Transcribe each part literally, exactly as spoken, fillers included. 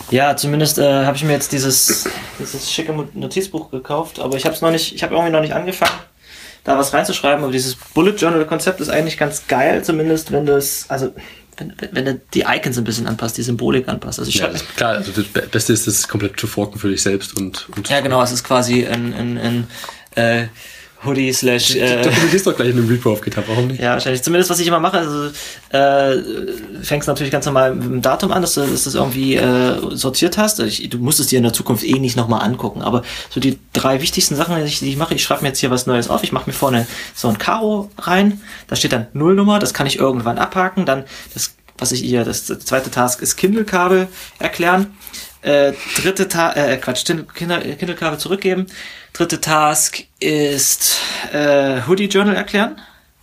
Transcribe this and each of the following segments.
Ja, zumindest äh, habe ich mir jetzt dieses, dieses schicke Notizbuch gekauft, aber ich habe es noch nicht, ich habe irgendwie noch nicht angefangen, da was reinzuschreiben, aber dieses Bullet Journal Konzept ist eigentlich ganz geil, zumindest wenn du es, also wenn, wenn du die Icons ein bisschen anpasst, die Symbolik anpasst. Also ich ja, das, klar, also das Beste ist, das komplett zu forken für dich selbst und, und ja genau, es ist quasi ein, ein, ein äh, Hoodie slash... Äh, du dokumentierst doch gleich in einem Repo auf GitHub, warum nicht? Ja, wahrscheinlich. Zumindest, was ich immer mache, also äh, fängst natürlich ganz normal mit dem Datum an, dass du, dass du das irgendwie äh, sortiert hast. Ich, du musst es dir in der Zukunft eh nicht nochmal angucken, aber so die drei wichtigsten Sachen, die ich, die ich mache, ich schreibe mir jetzt hier was Neues auf, ich mache mir vorne so ein Karo rein, da steht dann Nullnummer, das kann ich irgendwann abhaken, dann das, was ich hier, das zweite Task ist Kindle-Kabel erklären, äh, dritte Ta äh, Quatsch, Kindle-Kabel zurückgeben, dritte Task ist äh, Hoodie Journal erklären.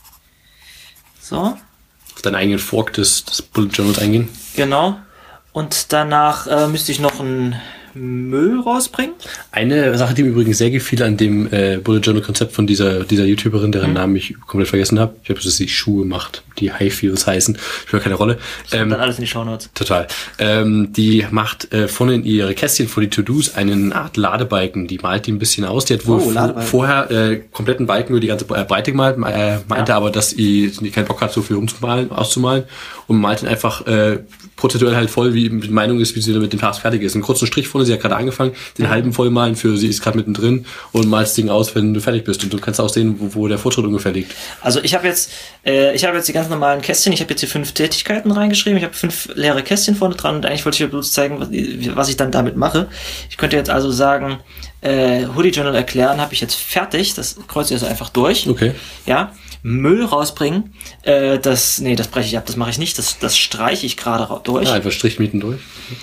So. Auf deinen eigenen Fork des, des Bullet Journals eingehen. Genau. Und danach äh, müsste ich noch ein Müll rausbringen. Eine Sache, die mir übrigens sehr gefiel an dem äh, Bullet Journal Konzept von dieser dieser YouTuberin, deren mhm. Namen ich komplett vergessen habe. Ich habe dass sie Schuhe macht, die High Heels heißen. Spielt keine Rolle. Ähm, dann alles in die Shownotes. Total. Ähm, die macht äh, vorne in ihre Kästchen vor die To-Dos einen Art Ladebalken. Die malt die ein bisschen aus. Die hat wohl oh, v- vorher äh, kompletten Balken über die ganze Breite gemalt, äh, meinte ja. aber, dass sie keinen Bock hat, so viel rumzumalen, auszumalen und malt ihn einfach äh, prozentuell halt voll, wie die Meinung ist, wie sie mit dem Task fertig ist. Einen kurzen Strich vorne, sie hat gerade angefangen, den mhm. halben vollmalen für sie ist gerade mittendrin und malst das Ding aus, wenn du fertig bist. Und du kannst auch sehen, wo, wo der Fortschritt ungefähr liegt. Also ich habe jetzt, äh, ich habe jetzt die ganz normalen Kästchen, ich habe jetzt hier fünf Tätigkeiten reingeschrieben, ich habe fünf leere Kästchen vorne dran und eigentlich wollte ich dir bloß zeigen, was, was ich dann damit mache. Ich könnte jetzt also sagen, äh, Hoodie Journal erklären habe ich jetzt fertig, das kreuze ich also einfach durch. Okay. Ja. Müll rausbringen, äh, das, nee, das breche ich ab, das mache ich nicht, das, das streiche ich gerade ra- durch. Ja, einfach Strichmieten durch.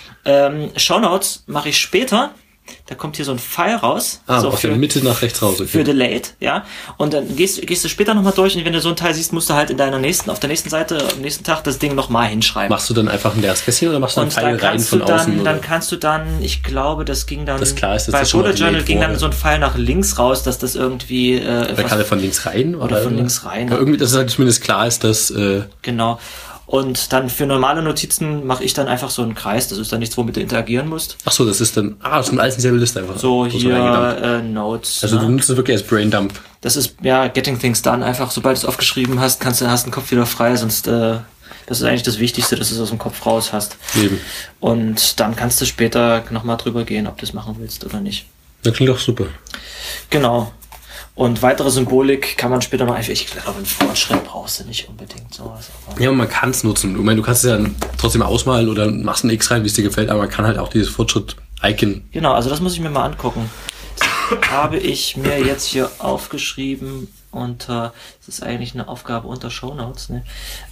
Ähm, Shownotes mache ich später. Da kommt hier so ein Pfeil raus. Ah, so aus für, der Mitte nach rechts raus. Okay. Für Delayed, ja. Und dann gehst, gehst du später nochmal durch und wenn du so einen Teil siehst, musst du halt in deiner nächsten, auf der nächsten Seite, am nächsten Tag das Ding nochmal hinschreiben. Machst du dann einfach ein leeres Kästchen oder machst du einen Pfeil rein von dann, außen? Dann oder? kannst du dann, ich glaube, das ging dann, das klar ist, das bei ist schon Bullet Journal ging wurde. dann so ein Pfeil nach links raus, dass das irgendwie, äh, oder kann er von links rein? Oder, oder von links rein. Aber irgendwie, dass es halt zumindest klar ist, dass, äh, genau. Und dann für normale Notizen mache ich dann einfach so einen Kreis. Das ist dann nichts, womit du interagieren musst. Ach so, das ist dann, ah, das ist alles dieselbe Liste einfach. So hier äh, Notes. Also ne? du nutzt es wirklich als Braindump. Das ist, ja, Getting Things Done. Einfach, sobald du es aufgeschrieben hast, kannst du, hast den Kopf wieder frei, sonst, äh, das ist eigentlich das Wichtigste, dass du es aus dem Kopf raus hast. Eben. Und dann kannst du später nochmal drüber gehen, ob du es machen willst oder nicht. Das klingt doch super. Genau. Und weitere Symbolik kann man später noch einfach, ich glaube, einen Fortschritt brauchst du nicht unbedingt sowas. Aber ja, und man kann es nutzen. Ich meine, du kannst es ja trotzdem ausmalen oder machst ein X rein, wie es dir gefällt, aber man kann halt auch dieses Fortschritt-Icon. Genau, also das muss ich mir mal angucken. Das habe ich mir jetzt hier aufgeschrieben unter, das ist eigentlich eine Aufgabe unter Shownotes, ne?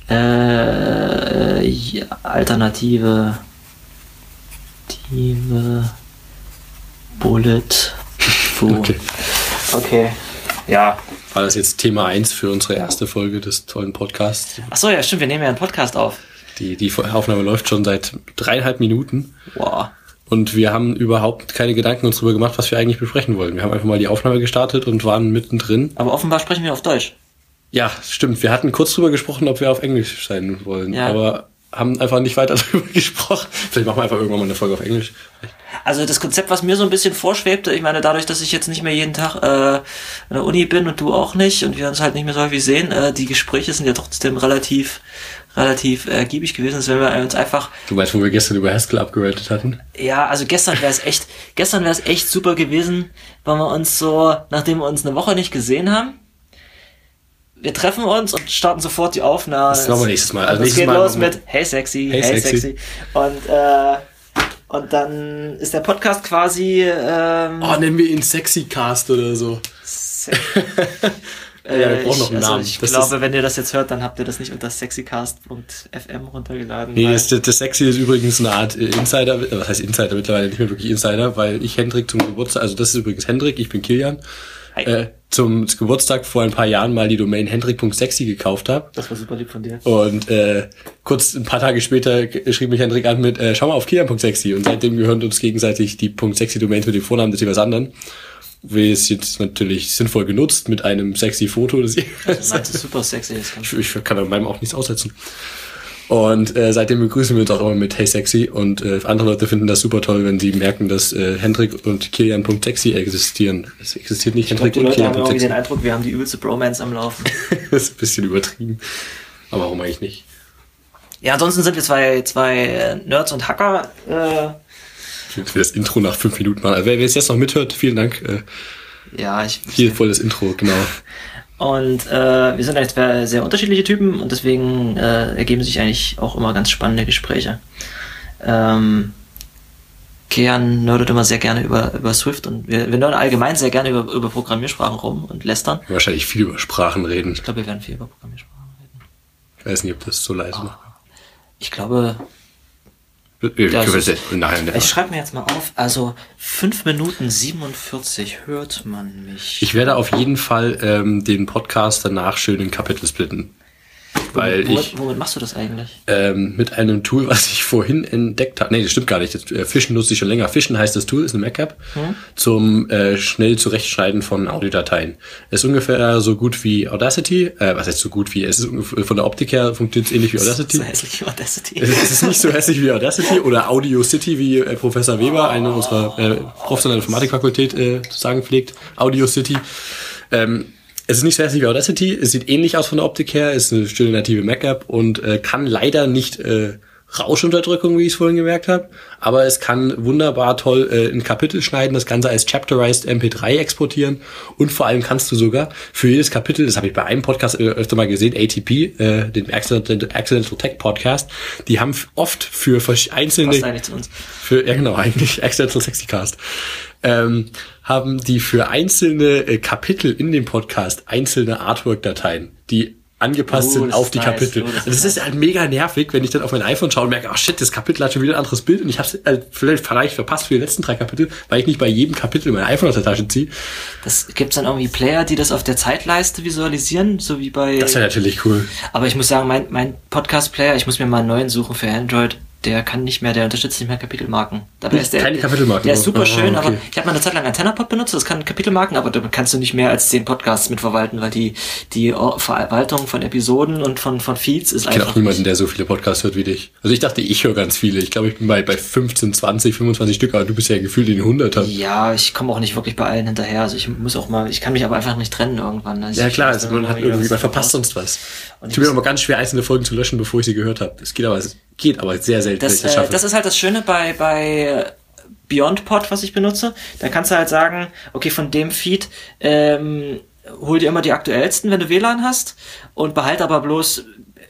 Äh, ja, Alternative, Alternative, Bullet, Fu. Okay. Okay, ja. War das jetzt Thema eins für unsere erste Folge des tollen Podcasts? Ach so, ja, stimmt, wir nehmen ja einen Podcast auf. Die, die Aufnahme läuft schon seit dreieinhalb Minuten. Wow. Und wir haben überhaupt keine Gedanken uns darüber gemacht, was wir eigentlich besprechen wollen. Wir haben einfach mal die Aufnahme gestartet und waren mittendrin. Aber offenbar sprechen wir auf Deutsch. Ja, stimmt. Wir hatten kurz drüber gesprochen, ob wir auf Englisch sein wollen. Ja. Aber haben einfach nicht weiter darüber gesprochen. Vielleicht machen wir einfach irgendwann mal eine Folge auf Englisch. Also das Konzept, was mir so ein bisschen vorschwebte, ich meine, dadurch, dass ich jetzt nicht mehr jeden Tag äh, in der Uni bin und du auch nicht und wir uns halt nicht mehr so häufig sehen, äh, die Gespräche sind ja trotzdem relativ relativ ergiebig gewesen, als wenn wir uns einfach... Du meinst, wo wir gestern über Haskell abgeratet hatten? Ja, also gestern wäre es echt, gestern wäre es echt super gewesen, weil wir uns so, nachdem wir uns eine Woche nicht gesehen haben, wir treffen uns und starten sofort die Aufnahme. Das machen wir nächstes Mal. Also es nächstes geht Mal los mit Hey Sexy, Hey, Hey Sexy. Sexy. Und, äh, und dann ist der Podcast quasi... Ähm, oh, nennen wir ihn Sexycast oder so. Se- Ja, wir brauchen noch einen also Namen. Ich Das glaube, ist- wenn ihr das jetzt hört, dann habt ihr das nicht unter sexycast punkt f m runtergeladen. Nee, weil- das, das Sexy ist übrigens eine Art äh, Insider, äh, was heißt Insider, mittlerweile nicht mehr wirklich Insider, weil ich Hendrik zum Geburtstag, also das ist übrigens Hendrik, ich bin Kilian, Hi. äh, zum Geburtstag vor ein paar Jahren mal die Domain hendrik punkt sexy gekauft habe. Das war super lieb von dir. Und äh, kurz ein paar Tage später g- schrieb mich Hendrik an mit, äh, schau mal auf kilian punkt sexy. Und seitdem gehören uns gegenseitig die .sexy-Domains mit dem Vornamen des jeweils anderen. Wir es jetzt natürlich sinnvoll genutzt mit einem sexy Foto des Das ist super sexy. Das kann ich, ich kann an meinem auch nichts aussetzen. Und äh, seitdem begrüßen wir uns auch immer mit Hey Sexy. Und äh, andere Leute finden das super toll, wenn sie merken, dass äh, Hendrik und Kilian.sexy existieren. Es existiert nicht ich Hendrik glaub, die und Leute haben irgendwie Kilian.sexy. den Eindruck, wir haben die übelste Bromance am Laufen. Das ist ein bisschen übertrieben. Aber warum eigentlich nicht? Ja, ansonsten sind wir zwei, zwei Nerds und Hacker. Äh, Ich will das Intro nach fünf Minuten machen. Also, wer es jetzt noch mithört, vielen Dank. Äh, ja, ich... Hier voll das Intro, genau. Und äh, wir sind eigentlich zwei sehr unterschiedliche Typen und deswegen äh, ergeben sich eigentlich auch immer ganz spannende Gespräche. Ähm, Kean nerdet immer sehr gerne über, über Swift und wir, wir nerden allgemein sehr gerne über, über Programmiersprachen rum und lästern. Wahrscheinlich viel über Sprachen reden. Ich glaube, wir werden viel über Programmiersprachen reden. Ich weiß nicht, ob das so leise macht. Ich glaube... Wir, das wir, ist, wir, nein, ich schreibe mir jetzt mal auf, also fünf Minuten siebenundvierzig hört man mich. Ich werde auf jeden Fall ähm, den Podcast danach schön in Kapitel splitten. Weil womit, ich womit machst du das eigentlich? Ähm, mit einem Tool, was ich vorhin entdeckt habe. Nee, das stimmt gar nicht. Das, äh, Fischen nutze ich schon länger. Fischen heißt das Tool, ist eine Mac-App, hm? zum äh, schnell zurechtschneiden von Audiodateien. Ist ungefähr so gut wie Audacity. Äh, was heißt so gut wie? Es ist ungefähr, von der Optik her funktioniert es ähnlich wie Audacity. So hässlich wie Audacity. Es ist nicht so hässlich wie Audacity oder Audio City, wie äh, Professor Weber, eine unserer äh, professionellen Informatikfakultät äh, zu sagen pflegt. Audio City. Ähm, Es ist nicht so hässlich wie Audacity, es sieht ähnlich aus von der Optik her, ist eine schöne native Mac-App und äh, kann leider nicht äh, Rauschunterdrückung, wie ich es vorhin gemerkt habe, aber es kann wunderbar toll äh, in Kapitel schneiden, das Ganze als Chapterized M P drei exportieren und vor allem kannst du sogar für jedes Kapitel, das habe ich bei einem Podcast äh, öfter mal gesehen, A T P, äh, den Accidental, Accidental Tech Podcast, die haben oft für einzelne... Passt eigentlich zu uns. Für, ja genau, eigentlich Accidental Sexy Cast. Ähm, haben die für einzelne äh, Kapitel in dem Podcast einzelne Artwork-Dateien, die angepasst Oh, sind das auf ist die nice. Kapitel. Oh, das das, ist das ist halt mega nervig, wenn ich dann auf mein iPhone schaue und merke, ach shit, das Kapitel hat schon wieder ein anderes Bild und ich habe es äh, vielleicht, vielleicht verpasst für die letzten drei Kapitel, weil ich nicht bei jedem Kapitel mein iPhone aus der Tasche ziehe. Das gibt's dann irgendwie Player, die das auf der Zeitleiste visualisieren, so wie bei... Das wäre natürlich cool. Aber ich muss sagen, mein, mein Podcast-Player, ich muss mir mal einen neuen suchen für Android. Der kann nicht mehr, der unterstützt nicht mehr Kapitelmarken. Dabei ist der, Keine Kapitelmarken. Der ist super Oh, schön, okay. aber ich habe mal eine Zeit lang AntennaPod benutzt, das kann Kapitelmarken, aber damit kannst du nicht mehr als zehn Podcasts mitverwalten, weil die, die Verwaltung von Episoden und von, von Feeds ist Ich kenne einfach... auch niemanden, der so viele Podcasts hört wie dich. Also ich dachte, ich höre ganz viele. Ich glaube, ich bin bei, bei fünfzehn, zwanzig, fünfundzwanzig Stück, aber du bist ja gefühlt in den hundert. Ja, ich komme auch nicht wirklich bei allen hinterher. Also ich muss auch mal, ich kann mich aber einfach nicht trennen irgendwann. Also Ja ich, klar, ich also man hat irgendwie, man verpasst sonst was. Und Ich tue mir aber ganz schwer, einzelne Folgen zu löschen, bevor ich sie gehört habe. Das geht aber, es geht aber sehr selten, Das, wenn ich das äh, schaffe. das ist halt das Schöne bei, bei BeyondPod, was ich benutze. Da kannst du halt sagen, okay, von dem Feed ähm, hol dir immer die aktuellsten, wenn du W L A N hast, und behalte aber bloß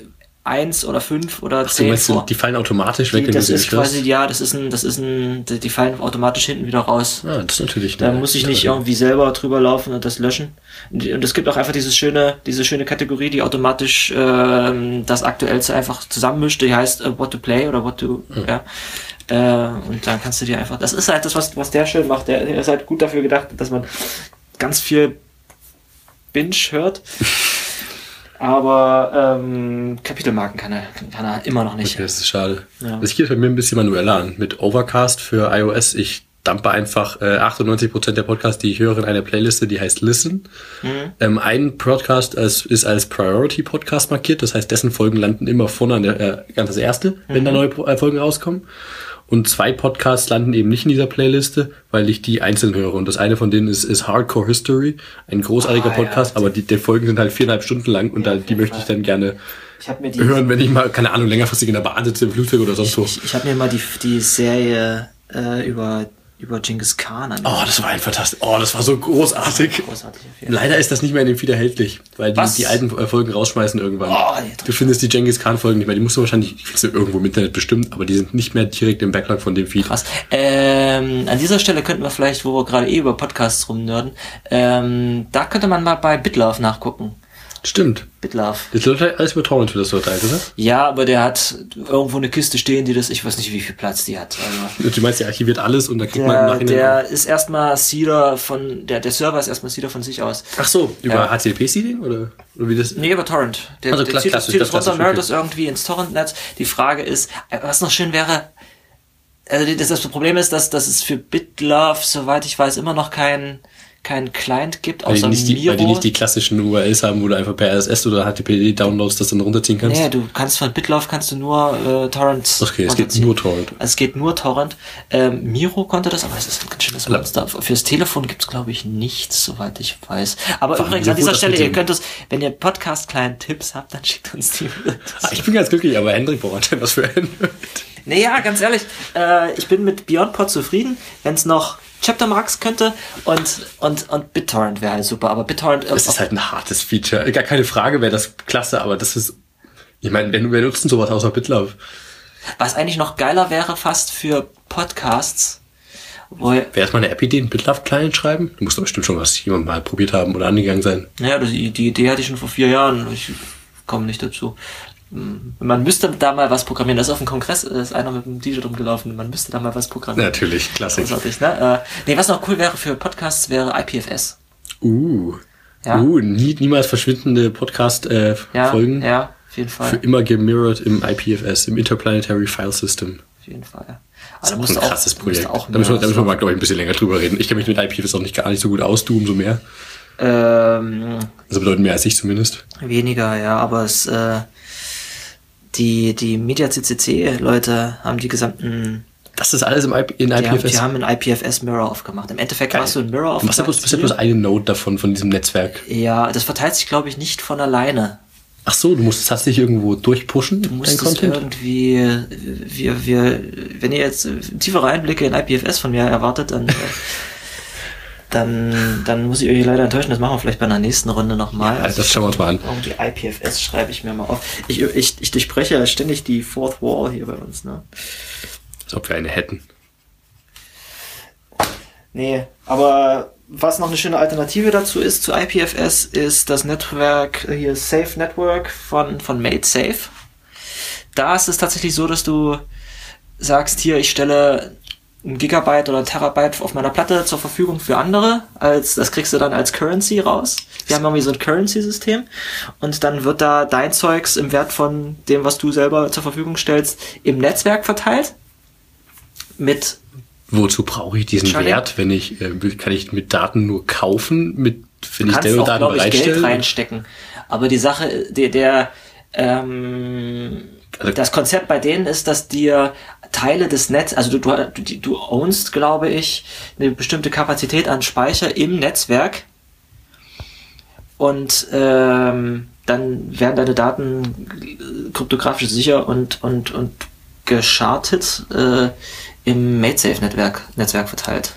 eins oder fünf oder Ach, zehn du meinst, vor. die fallen automatisch weg, Die, wenn das du ist sie nicht quasi, ja, das ist ein, das ist ein, die, die fallen automatisch hinten wieder raus. Ah, das ist natürlich. Da eine- muss ich nicht irgendwie selber drüber laufen und das löschen. Und und es gibt auch einfach dieses schöne, diese schöne Kategorie, die automatisch ähm, das Aktuellste einfach zusammenmischt. Die heißt äh, What to Play oder What to, Hm. ja. Äh, und dann kannst du dir einfach, das ist halt das, was, was der schön macht. Der, der ist halt gut dafür gedacht, dass man ganz viel Binge hört. Aber ähm, Kapitelmarken kann er, kann er immer noch nicht. Okay, das ist schade. Ja. Das geht bei mir ein bisschen manueller an. Mit Overcast für iOS, ich dumpe einfach äh, achtundneunzig Prozent der Podcasts, die ich höre, in eine Playliste, die heißt Listen. Mhm. Ähm, ein Podcast als, ist als Priority Podcast markiert, das heißt, dessen Folgen landen immer vorne an der, äh, ganz das erste, wenn da neue äh, Folgen rauskommen. Und zwei Podcasts landen eben nicht in dieser Playliste, weil ich die einzeln höre. Und das eine von denen ist, ist Hardcore History, ein großartiger Ah, Podcast, ja. aber die, die Folgen sind halt viereinhalb Stunden lang und Ja, da, auf die jeden möchte ich dann gerne Ich habe mir die hören, wenn ich mal, keine Ahnung, längerfristig in der Bahn sitze, im Flugzeug oder sonst wo. Ich, ich habe mir mal die, die Serie äh, über, über Genghis Khan angeschaut. Oh, das war ein fantastisch. Oh, das war so großartig. Großartig. auf jeden Fall. Leider ist das nicht mehr in dem Feed erhältlich, weil die Was? die alten äh, Folgen rausschmeißen irgendwann. Oh, die- du findest die Genghis Khan Folgen nicht mehr. Die musst du wahrscheinlich, die findest du irgendwo im Internet bestimmt, aber die sind nicht mehr direkt im Backlog von dem Feed. Krass. Ähm, an dieser Stelle könnten wir vielleicht, wo wir gerade eh über Podcasts rumnörden, ähm, da könnte man mal bei BitLove nachgucken. Stimmt. BitLove. Das läuft halt alles über Torrent für das Urteil, oder? Ja, aber der hat irgendwo eine Kiste stehen, die das, ich weiß nicht, wie viel Platz die hat. Also Du meinst, der archiviert alles und da kriegt man im der, Nachhinein... der ist erstmal Seeder von, der, der Server ist erstmal Seeder von sich aus. Ach so, über Ja. H T T P-Seeding oder, oder wie das? Nee, über Torrent. Der, Also der klar, zieht das, klassisch, zieht das das runter, klassisch, nerdet okay. das irgendwie ins Torrentnetz. Die Frage ist, äh, was noch schön wäre, also die- das, das Problem ist, dass, dass es für BitLove, soweit ich weiß, immer noch kein, keinen Client gibt, weil außer die, nicht die, Miro. weil die nicht die klassischen U R Ls haben, wo du einfach per R S S oder H T T P Downloads das dann runterziehen kannst. Nee, du kannst von BitLove kannst du nur äh, Torrents Okay, es geht nur Torrent. Also es geht nur Torrent. Ähm, Miro konnte das, aber es ist ein ganz schönes Monster. Fürs Telefon gibt's glaube ich nichts, soweit ich weiß. Aber War übrigens mir an dieser gut, Stelle, dass wir ihr könnt es, wenn ihr Podcast-Client-Tipps habt, dann schickt uns die. Ah, ich bin ganz glücklich, aber Hendrik braucht anscheinend was für Android. Naja, ganz ehrlich, äh, ich bin mit BeyondPod zufrieden, wenn es noch Chaptermarks könnte und, und, und BitTorrent wäre halt super, aber BitTorrent... Äh, Das ist halt ein hartes Feature. Gar keine Frage, wäre das klasse, aber das ist... Ich meine, wenn wir nutzen sowas außer BitLove. Was eigentlich noch geiler wäre fast für Podcasts, wo... Wäre erstmal eine App-Idee, einen BitLove-Client schreiben? Du musst doch bestimmt schon was jemand mal probiert haben oder angegangen sein. Naja, die, die Idee hatte ich schon vor vier Jahren, ich komme nicht dazu. Man müsste da mal was programmieren. Das ist auf dem Kongress, ist einer mit dem D J rumgelaufen. Man müsste da mal was programmieren. Natürlich, klassisch. Großartig, ne? Äh, nee, was noch cool wäre für Podcasts, wäre I P F S. Uh, ja. uh nie, niemals verschwindende Podcast-Folgen. Ja, ja, auf jeden Fall. Für immer gemirrored im I P F S, im Interplanetary File System. Auf jeden Fall. Das Aber ist da ein krasses auch, Projekt. Auch da müssen wir, da müssen wir mal, glaube ich, ein bisschen länger drüber reden. Ich kenne mich mit I P F S auch nicht gar nicht so gut aus, du umso mehr. Ähm, also bedeuten mehr als ich zumindest. Weniger, ja, aber es, äh, die, die Media C C C-Leute haben die gesamten... Das ist alles im I P, in die I P F S? Haben, die haben einen I P F S-Mirror aufgemacht. Im Endeffekt Geil. machst du einen Mirror auf. Was ist bloß, bloß eine Node davon, von diesem Netzwerk? Ja, das verteilt sich, glaube ich, nicht von alleine. Ach so, du musst es tatsächlich irgendwo durchpushen, Du musst es irgendwie, wir, wir, wenn ihr jetzt tiefere Einblicke in I P F S von mir erwartet, dann, dann, dann muss ich euch leider enttäuschen. Das machen wir vielleicht bei einer nächsten Runde nochmal. Ja, also das schauen wir uns mal an. Die I P F S schreibe ich mir mal auf. Ich, ich, ich durchbreche ständig die Fourth Wall hier bei uns, ne? Als ob wir eine hätten. Nee, aber was noch eine schöne Alternative dazu ist, zu I P F S, ist das Netzwerk, hier Safe Network von, von MadeSafe. Da ist es tatsächlich so, dass du sagst, hier, ich stelle ein Gigabyte oder ein Terabyte auf meiner Platte zur Verfügung für andere, als, das kriegst du dann als Currency raus. Wir haben irgendwie so ein Currency-System und dann wird da dein Zeugs im Wert von dem, was du selber zur Verfügung stellst, im Netzwerk verteilt. Mit Wozu brauche ich diesen Wert, wenn ich, äh, kann ich mit Daten nur kaufen, mit, wenn ich selber Daten auch, ich, bereitstelle? Geld reinstecken. Aber die Sache, der, der ähm, also das Konzept bei denen ist, dass dir Teile des Netz, also du, du, du, du ownst, glaube ich, eine bestimmte Kapazität an Speicher im Netzwerk und ähm, dann werden deine Daten kryptografisch sicher und, und, und geschartet äh, im MadeSafe-Netzwerk Netzwerk verteilt.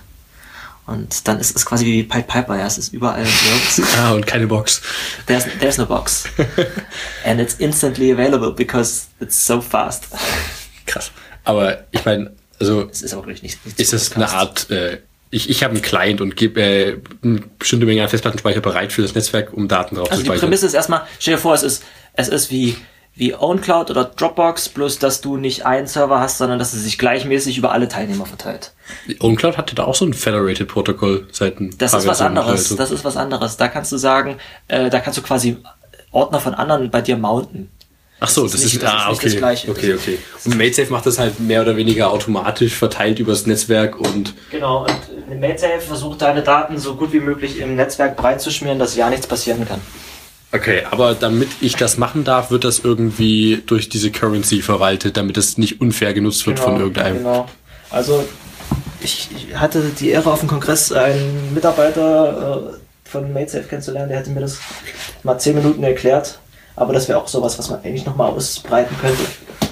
Und dann ist es quasi wie Pied Piper, ja, es ist überall. Ah, und keine Box. There's, there's no box. And it's instantly available because it's so fast. Krass. Aber ich meine, also es ist aber wirklich nicht, nicht ist es eine Art, äh, ich, ich habe einen Client und gebe äh, eine bestimmte Menge an Festplattenspeicher bereit für das Netzwerk, um Daten drauf also zu speichern. Also die Prämisse ist erstmal, stell dir vor, es ist, es ist wie wie OwnCloud oder Dropbox, bloß dass du nicht einen Server hast, sondern dass es sich gleichmäßig über alle Teilnehmer verteilt. OwnCloud hatte da auch so ein Federated-Protokoll seit ein Das ist was anderes. Das ist was anderes. Da kannst du sagen, äh, da kannst du quasi Ordner von anderen bei dir mounten. Ach so, das, das ist, nicht, das ah, ist okay. nicht das Gleiche. Okay, okay. Und MadeSafe macht das halt mehr oder weniger automatisch verteilt übers Netzwerk und... Genau, und MadeSafe versucht deine Daten so gut wie möglich im Netzwerk breit zu schmieren, dass ja nichts passieren kann. Okay, aber damit ich das machen darf, wird das irgendwie durch diese Currency verwaltet, damit es nicht unfair genutzt wird genau, von irgendeinem. Genau. Also ich, ich hatte die Ehre, auf dem Kongress einen Mitarbeiter äh, von MadeSafe kennenzulernen, der hatte mir das mal zehn Minuten erklärt, aber das wäre auch sowas, was man eigentlich nochmal ausbreiten könnte.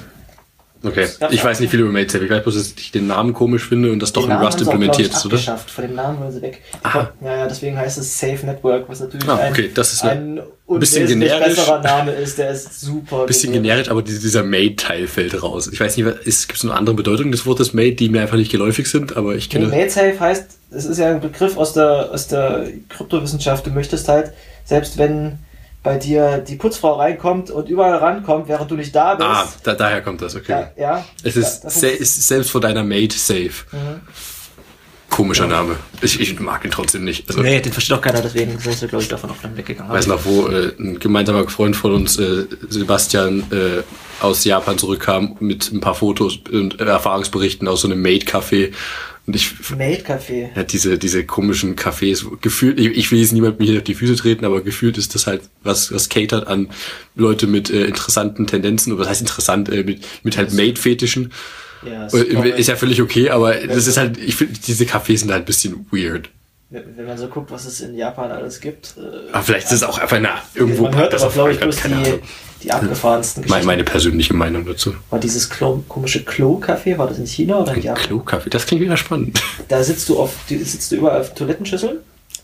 Okay, ja, ich weiß nicht viel über MadeSafe. Ich weiß bloß, dass ich den Namen komisch finde und das doch in Rust implementiert ist, oder? Abgeschafft. Von dem Namen wollen sie weg. Aha. Ja, ja, deswegen heißt es Safe Network, was natürlich ah, okay. ein, das ist ein bisschen generisch besserer Name ist. Der ist super. Bisschen generisch, aber dieser Made-Teil fällt raus. Ich weiß nicht, gibt es noch andere Bedeutungen des Wortes Made, die mir einfach nicht geläufig sind, aber ich kenne... Nee, MadeSafe heißt, es ist ja ein Begriff aus der, aus der Kryptowissenschaft. Du möchtest halt, selbst wenn bei dir die Putzfrau reinkommt und überall rankommt, während du nicht da bist. Ah, da, daher kommt das, okay. Ja, ja es ist, ja, se- ist selbst vor deiner Maid safe. Mhm. Komischer ja. Name. Ich, ich mag ihn trotzdem nicht. Also, nee, den versteht auch keiner, deswegen sind wir, glaube ich, davon auch dann weggegangen. Ich weiß noch, wo äh, ein gemeinsamer Freund von uns, äh, Sebastian, äh, aus Japan zurückkam mit ein paar Fotos und äh, Erfahrungsberichten aus so einem Maid-Café, Und ich, Made-Café. Ja, diese, diese komischen Cafés, gefühlt, ich, ich will jetzt niemand mir hier auf die Füße treten, aber gefühlt ist das halt was, was catert an Leute mit äh, interessanten Tendenzen, oder was heißt interessant, äh, mit, mit halt Made-Fetischen. Ja, ist, ist ja völlig okay, aber das ist halt, ich finde, diese Cafés sind halt ein bisschen weird. Wenn man so guckt, was es in Japan alles gibt. Äh, aber vielleicht ist es auch einfach na, irgendwo. Man hört aber, glaube ich, bloß die, die abgefahrensten Geschichten. Meine persönliche Meinung dazu. War dieses Klo, komische Klo-Café, war das in China oder in Japan? Klo-Café, das klingt wieder spannend. Da sitzt du auf, sitzt du überall auf Toilettenschüsseln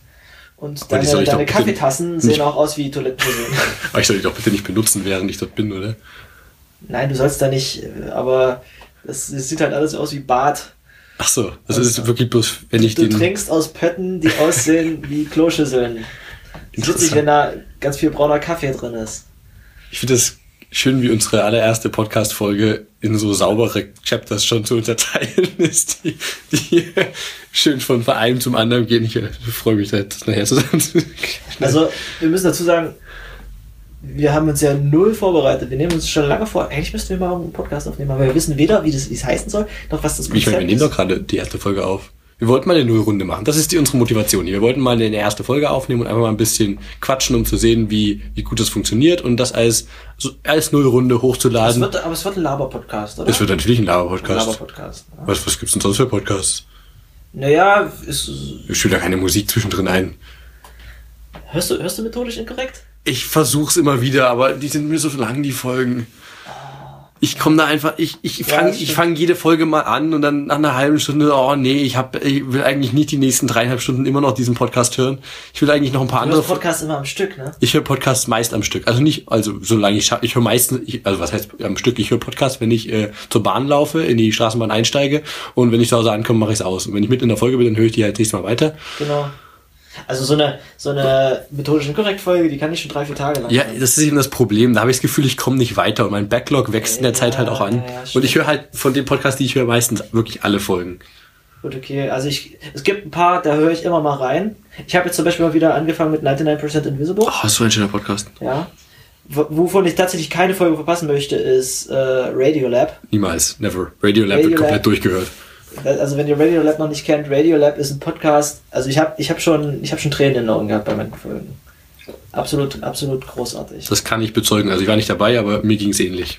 und deine, deine Kaffeetassen sehen auch aus wie Toilettenschüsseln. Aber ich soll die doch bitte nicht benutzen, während ich dort bin, oder? Nein, du sollst da nicht, aber das, das sieht halt alles aus wie Bad. Ach so, also es ist wirklich bloß, wenn ich du den... Du trinkst aus Pötten, die aussehen wie Kloschüsseln. Es ist witzig, wenn da ganz viel brauner Kaffee drin ist. Ich finde das schön, wie unsere allererste Podcast-Folge in so saubere Chapters schon zu unterteilen ist, die, die schön von einem zum anderen gehen. Ich freue mich, das nachher zusammen zu Also, wir müssen dazu sagen, wir haben uns ja null vorbereitet. Wir nehmen uns schon lange vor. Eigentlich müssten wir mal einen Podcast aufnehmen, aber wir wissen weder, wie das, wie es heißen soll, noch was das Konzept ist. Ich meine, wir nehmen doch gerade die erste Folge auf. Wir wollten mal eine Nullrunde machen. Das ist die, unsere Motivation hier. Wir wollten mal eine erste Folge aufnehmen und einfach mal ein bisschen quatschen, um zu sehen, wie, wie gut das funktioniert und das als, so, als Nullrunde hochzuladen. Es wird, aber es wird ein Laber-Podcast, oder? Es wird natürlich ein Laber-Podcast. Laber-Podcast. Ja. Was, was gibt's denn sonst für Podcasts? Naja, ist... Ich spiele da keine Musik zwischendrin ein. Hörst du, hörst du methodisch inkorrekt? Ich versuch's immer wieder, aber die sind mir so lang, die Folgen. Ich komme da einfach, ich, ich fange ja, ich fang jede Folge mal an und dann nach einer halben Stunde, oh nee, ich hab, ich will eigentlich nicht die nächsten dreieinhalb Stunden immer noch diesen Podcast hören. Ich will eigentlich noch ein paar du andere... Du hörst Podcasts immer am Stück, ne? Ich höre Podcasts meist am Stück. Also nicht, also solange ich ich höre meistens, ich, also was heißt am Stück, ich höre Podcasts, wenn ich äh, zur Bahn laufe, in die Straßenbahn einsteige und wenn ich zu Hause ankomme, mache ich es aus. Und wenn ich mitten in der Folge bin, dann höre ich die halt nächstes Mal weiter. Genau. Also so eine so eine methodisch inkorrekt Folge, die kann ich schon drei, vier Tage lang Ja, hören. das ist eben das Problem. Da habe ich das Gefühl, ich komme nicht weiter und mein Backlog wächst in der ja, Zeit halt auch an. Ja, und ich höre halt von dem Podcast, die ich höre, meistens wirklich alle Folgen. Gut, okay. Also ich, es gibt ein paar, da höre ich immer mal rein. Ich habe jetzt zum Beispiel mal wieder angefangen mit neunundneunzig Percent Invisible. Oh, so ein schöner Podcast. Ja. W- wovon ich tatsächlich keine Folge verpassen möchte, ist äh, Radiolab. Niemals, never. Radiolab wird komplett durchgehört. Also wenn ihr Radiolab noch nicht kennt, Radiolab ist ein Podcast. Also ich habe ich hab schon, ich hab schon Tränen in den Augen gehabt bei meinen Folgen. Absolut, absolut großartig. Das kann ich bezeugen. Also ich war nicht dabei, aber mir ging es ähnlich.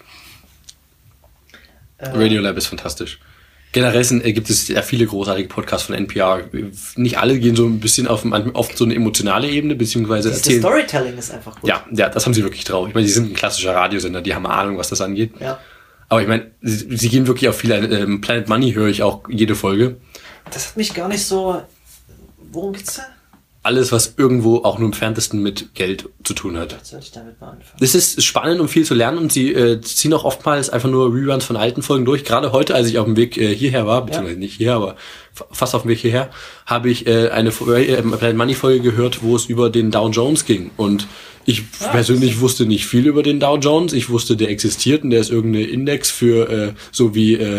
Äh, Radiolab ist fantastisch. Generell sind, äh, gibt es ja viele großartige Podcasts von N P R. Nicht alle gehen so ein bisschen auf, auf so eine emotionale Ebene, beziehungsweise das erzählen... Das Storytelling ist einfach gut. Ja, ja, das haben sie wirklich drauf. Ich meine, sie sind ein klassischer Radiosender, die haben Ahnung, was das angeht. Ja. Aber ich meine, sie, sie gehen wirklich auf viele. Ähm, Planet Money höre ich auch jede Folge. Das hat mich gar nicht so... Worum geht's da? Alles, was irgendwo auch nur im Entferntesten mit Geld zu tun hat. Was soll ich damit mal anfangen? Es ist spannend, um viel zu lernen und sie äh, ziehen auch oftmals einfach nur Reruns von alten Folgen durch. Gerade heute, als ich auf dem Weg äh, hierher war, beziehungsweise ja. nicht hierher, aber f- fast auf dem Weg hierher, habe ich äh, eine äh, Planet Money Folge gehört, wo es über den Dow Jones ging. Und ich ah, persönlich wusste nicht viel über den Dow Jones. Ich wusste, der existiert und der ist irgendein Index für äh, so wie äh,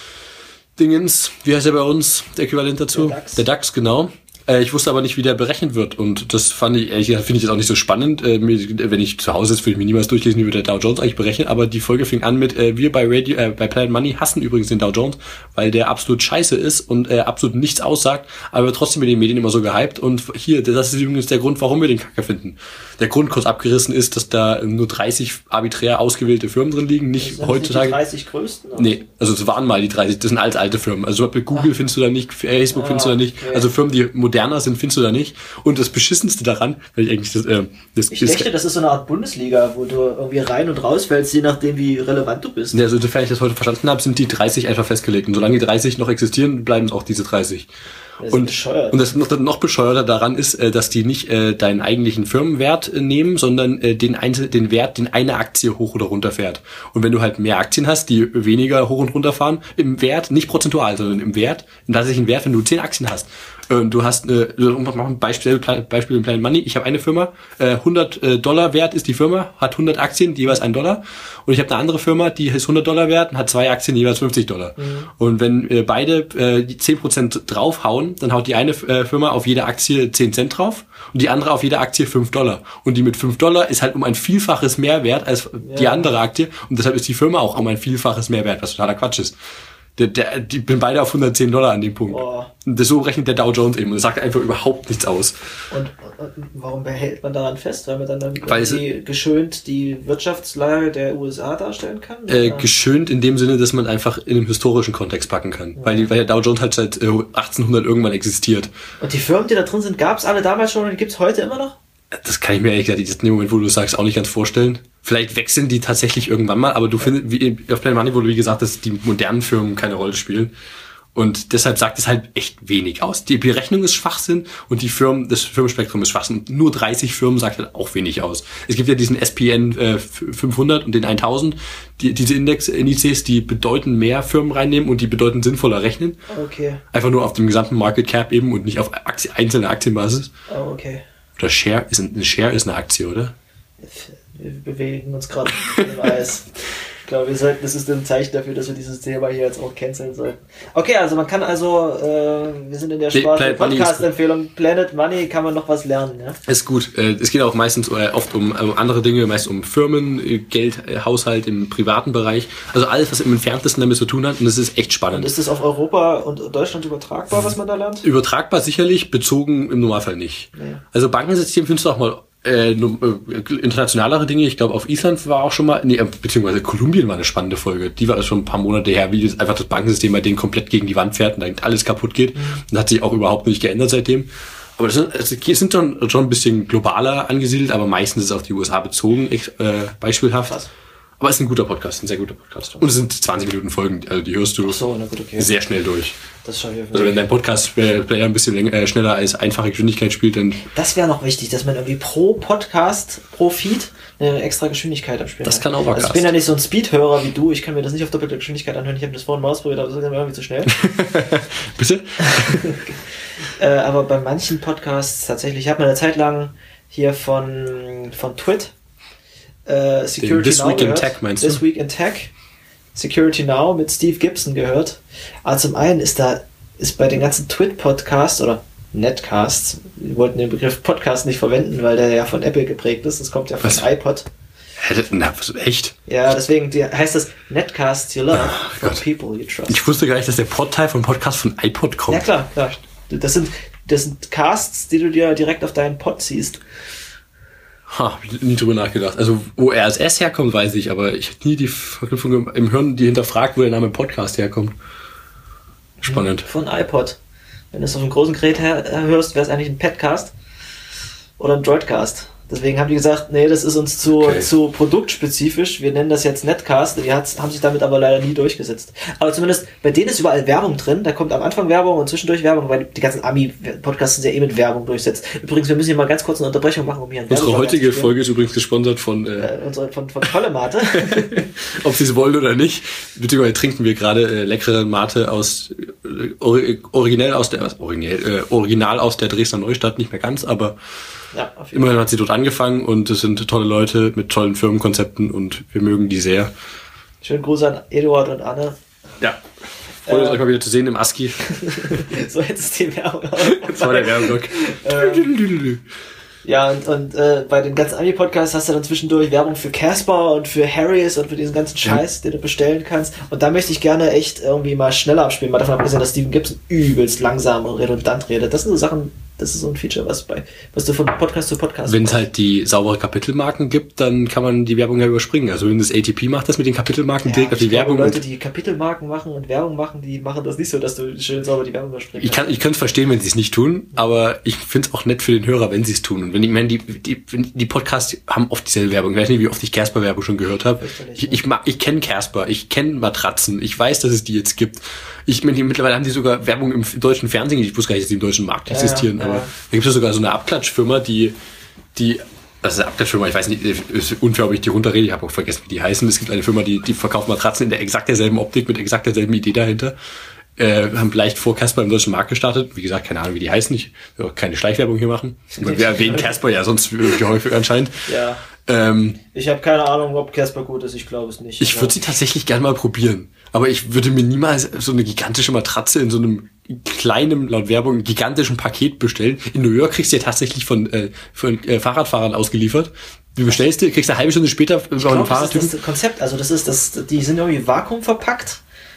Dingens, wie heißt der bei uns, der Äquivalent dazu? Der DAX, der DAX genau. Ich wusste aber nicht, wie der berechnet wird. Und das fand ich, ehrlich gesagt, finde ich jetzt auch nicht so spannend. Wenn ich zu Hause sitze, würde ich mir niemals durchlesen, wie wird der Dow Jones eigentlich berechnet. Aber die Folge fing an mit, wir bei Radio, äh, bei Planet Money hassen übrigens den Dow Jones, weil der absolut scheiße ist und äh, absolut nichts aussagt, aber trotzdem in den Medien immer so gehypt. Und hier, das ist übrigens der Grund, warum wir den Kacke finden. Der Grund, kurz abgerissen, ist, dass da nur dreißig arbiträr ausgewählte Firmen drin liegen. Nicht das heutzutage. Die dreißig größten? Oder? Nee, also es waren mal die dreißig, das sind alles alte Firmen. Also zum Beispiel Google ah. findest du da nicht, Facebook ah, findest du da nicht. Okay. Also Firmen, die moderner sind, findest du da nicht. Und das Beschissenste daran, weil ich eigentlich das, äh, das ich denke, das ist so eine Art Bundesliga, wo du irgendwie rein und raus fällst, je nachdem, wie relevant du bist. Ja, also sofern ich das heute verstanden habe, sind die dreißig einfach festgelegt. Und solange die dreißig noch existieren, bleiben es auch diese dreißig. Das und, bescheuert. und das noch, noch bescheuerter daran ist, äh, dass die nicht äh, deinen eigentlichen Firmenwert äh, nehmen, sondern äh, den, Einzel- den Wert, den eine Aktie hoch oder runter fährt. Und wenn du halt mehr Aktien hast, die weniger hoch und runter fahren, im Wert, nicht prozentual, sondern im Wert, im tatsächlichen Wert, wenn du zehn Aktien hast, äh, du hast, äh, mach ein Beispiel, Beispiel in Planet Money, ich habe eine Firma, äh, hundert Dollar wert ist die Firma, hat hundert Aktien, die jeweils ein Dollar. Und ich habe eine andere Firma, die ist hundert Dollar wert und hat zwei Aktien, jeweils fünfzig Dollar. Mhm. Und wenn äh, beide äh, die zehn Prozent draufhauen, dann haut die eine äh, Firma auf jede Aktie zehn Cent drauf und die andere auf jede Aktie fünf Dollar. Und die mit fünf Dollar ist halt um ein Vielfaches mehr wert als ja. die andere Aktie und deshalb ist die Firma auch um ein Vielfaches mehr wert, was totaler Quatsch ist. Der, der, die bin beide auf hundertzehn Dollar an dem Punkt. Boah. Und das so rechnet der Dow Jones eben. Und das sagt einfach überhaupt nichts aus. Und, und warum behält man daran fest? Weil man dann irgendwie geschönt die Wirtschaftslage der U S A darstellen kann? Äh, geschönt in dem Sinne, dass man einfach in einem historischen Kontext packen kann. Ja. Weil, die, weil der Dow Jones halt seit äh, achtzehnhundert irgendwann existiert. Und die Firmen, die da drin sind, gab es alle damals schon und die gibt es heute immer noch? Das kann ich mir ehrlich gesagt in dem Moment, wo du sagst, auch nicht ganz vorstellen. Vielleicht wechseln die tatsächlich irgendwann mal, aber du findest, wie auf Planet Money wurde wie gesagt, dass die modernen Firmen keine Rolle spielen. Und deshalb sagt es halt echt wenig aus. Die Berechnung ist Schwachsinn und die Firmen, das Firmenspektrum ist Schwachsinn. Und nur dreißig Firmen sagt halt auch wenig aus. Es gibt ja diesen S P N äh, fünfhundert und den tausend, die, diese Index-Indizes, die bedeuten mehr Firmen reinnehmen und die bedeuten sinnvoller rechnen. Okay. Einfach nur auf dem gesamten Market Cap eben und nicht auf Aktie, einzelne Aktienbasis. Oh, okay. Oder Share, ist ein, eine Share ist eine Aktie, oder? Wir bewegen uns gerade im Eis. Ich glaube, wir sollten, das ist ein Zeichen dafür, dass wir dieses Thema hier jetzt auch canceln sollten. Okay, also man kann also, äh, wir sind in der Sparte Podcast-Empfehlung, Planet Money, kann man noch was lernen, ja? Ist gut. Es geht auch meistens äh, oft um äh, andere Dinge, meist um Firmen, äh, Geld, äh, Haushalt im privaten Bereich. Also alles, was im Entferntesten damit zu tun hat und das ist echt spannend. Und ist das auf Europa und Deutschland übertragbar, was man da lernt? Übertragbar sicherlich, bezogen im Normalfall nicht. Nee. Also Bankensystem findest du auch mal Äh, internationalere Dinge, ich glaube auf Island war auch schon mal, nee, beziehungsweise Kolumbien war eine spannende Folge, die war schon ein paar Monate her, wie das, einfach das Bankensystem bei denen komplett gegen die Wand fährt und dann alles kaputt geht. Mhm. Und hat sich auch überhaupt nicht geändert seitdem. Aber das sind, das sind schon, schon ein bisschen globaler angesiedelt, aber meistens ist es auf die U S A bezogen, äh, beispielhaft. Was? Aber es ist ein guter Podcast, ein sehr guter Podcast. Und es sind zwanzig Minuten Folgen, also die hörst du so, na gut, okay. sehr schnell durch. Das schau ich auf. Also wenn dein Podcast-Player ein bisschen länger, äh, schneller als einfache Geschwindigkeit spielt, dann... Das wäre noch wichtig, dass man irgendwie pro Podcast, pro Feed eine extra Geschwindigkeit abspielt. Das kann auch Podcast. Also ich bin ja nicht so ein Speedhörer wie du, ich kann mir das nicht auf doppelte Geschwindigkeit anhören. Ich habe das vorhin mal ausprobiert, aber das ist irgendwie zu schnell. Bitte? äh, aber bei manchen Podcasts tatsächlich, ich habe mal eine Zeit lang hier von, von Twit Uh, Security This Now Week gehört. in Tech meinst du? This Week in Tech. Security Now mit Steve Gibson gehört. Aber zum einen ist da, ist bei den ganzen Twit-Podcasts oder Netcasts, wir wollten den Begriff Podcast nicht verwenden, weil der ja von Apple geprägt ist. Das kommt ja von was? iPod. Na, was, echt? Ja, deswegen die, heißt das Netcasts You Love oh, from Gott. People You Trust. Ich wusste gar nicht, dass der Podteil vom Podcast von iPod kommt. Ja klar, klar. Das sind, das sind Casts, die du dir direkt auf deinen Pod ziehst. Ha, hab ich nie drüber nachgedacht. Also, wo R S S herkommt, weiß ich, aber ich habe nie die Verknüpfung im Hirn, die hinterfragt, wo der Name Podcast herkommt. Spannend. Von iPod. Wenn du es auf einem großen Gerät her- hörst, wäre es eigentlich ein Padcast oder ein Droidcast. Deswegen haben die gesagt, nee, das ist uns zu, okay. zu produktspezifisch. Wir nennen das jetzt Netcast. Die hat, haben sich damit aber leider nie durchgesetzt. Aber zumindest bei denen ist überall Werbung drin. Da kommt am Anfang Werbung und zwischendurch Werbung, weil die ganzen Ami-Podcasts sind ja eh mit Werbung durchsetzt. Übrigens, wir müssen hier mal ganz kurz eine Unterbrechung machen, um hier ein Unsere heutige Folge ist übrigens gesponsert von... Äh, äh, unsere, von, von Tolle Mate. Ob sie es wollen oder nicht. Beziehungsweise trinken wir gerade äh, leckere Mate aus... Äh, originell aus der... Was, originell, äh, original aus der Dresdner Neustadt. Nicht mehr ganz, aber... Ja, immerhin hat sie dort angefangen und es sind tolle Leute mit tollen Firmenkonzepten und wir mögen die sehr. Schönen Gruß an Eduard und Anne. Ja, freut uns äh, euch mal wieder zu sehen im ASCII. So jetzt die Werbung. Das war der Werbeblock. ähm, ja, und, und äh, bei den ganzen Ami-Podcasts hast du dann zwischendurch Werbung für Casper und für Harry's und für diesen ganzen Scheiß, ja. den du bestellen kannst. Und da möchte ich gerne echt irgendwie mal schneller abspielen. Mal davon abgesehen, dass Steven Gibson übelst langsam und redundant redet. Das sind so Sachen... Das ist so ein Feature, was bei, was du von Podcast zu Podcast Wenn es halt die saubere Kapitelmarken gibt, dann kann man die Werbung ja überspringen. Also wenn das A T P macht, das mit den Kapitelmarken ja, direkt auf die glaube, Werbung. Leute, die Kapitelmarken machen und Werbung machen, die machen das nicht so, dass du schön sauber die Werbung überspringst. Ich kann, ich kann es verstehen, wenn sie es nicht tun, aber ich finde es auch nett für den Hörer, wenn sie es tun. Und wenn ich meine, die, die, die Podcasts haben oft dieselbe Werbung. Ich weiß nicht, wie oft ich Casper-Werbung schon gehört habe. Ich, ich, mag, ich kenne Casper, ich kenne Matratzen, ich weiß, dass es die jetzt gibt. Ich meine, mittlerweile haben die sogar Werbung im deutschen Fernsehen. Ich wusste gar nicht, dass die im deutschen Markt existieren, ja, ja, aber ja. Da gibt es sogar so eine Abklatschfirma, die, die, also eine Abklatschfirma, ich weiß nicht, ist unfair, ob ich die runterrede, ich habe auch vergessen, wie die heißen. Es gibt eine Firma, die, die verkauft Matratzen in der exakt derselben Optik, mit exakt derselben Idee dahinter. Äh, haben vielleicht vor Casper im deutschen Markt gestartet. Wie gesagt, keine Ahnung, wie die heißen. Ich will auch keine Schleichwerbung hier machen. Wir erwähnen Casper ja sonst häufig anscheinend. Ja. Ähm, ich habe keine Ahnung, ob Casper gut ist. Ich glaube es nicht. Ich würde sie tatsächlich gerne mal probieren. Aber ich würde mir niemals so eine gigantische Matratze in so einem kleinen, laut Werbung, gigantischen Paket bestellen. In New York kriegst du ja tatsächlich von, äh, von äh, Fahrradfahrern ausgeliefert. Du bestellst du, kriegst eine halbe Stunde später über einen Fahrradtypen. Das ist das Konzept. Also das ist das, die sind irgendwie vakuumverpackt.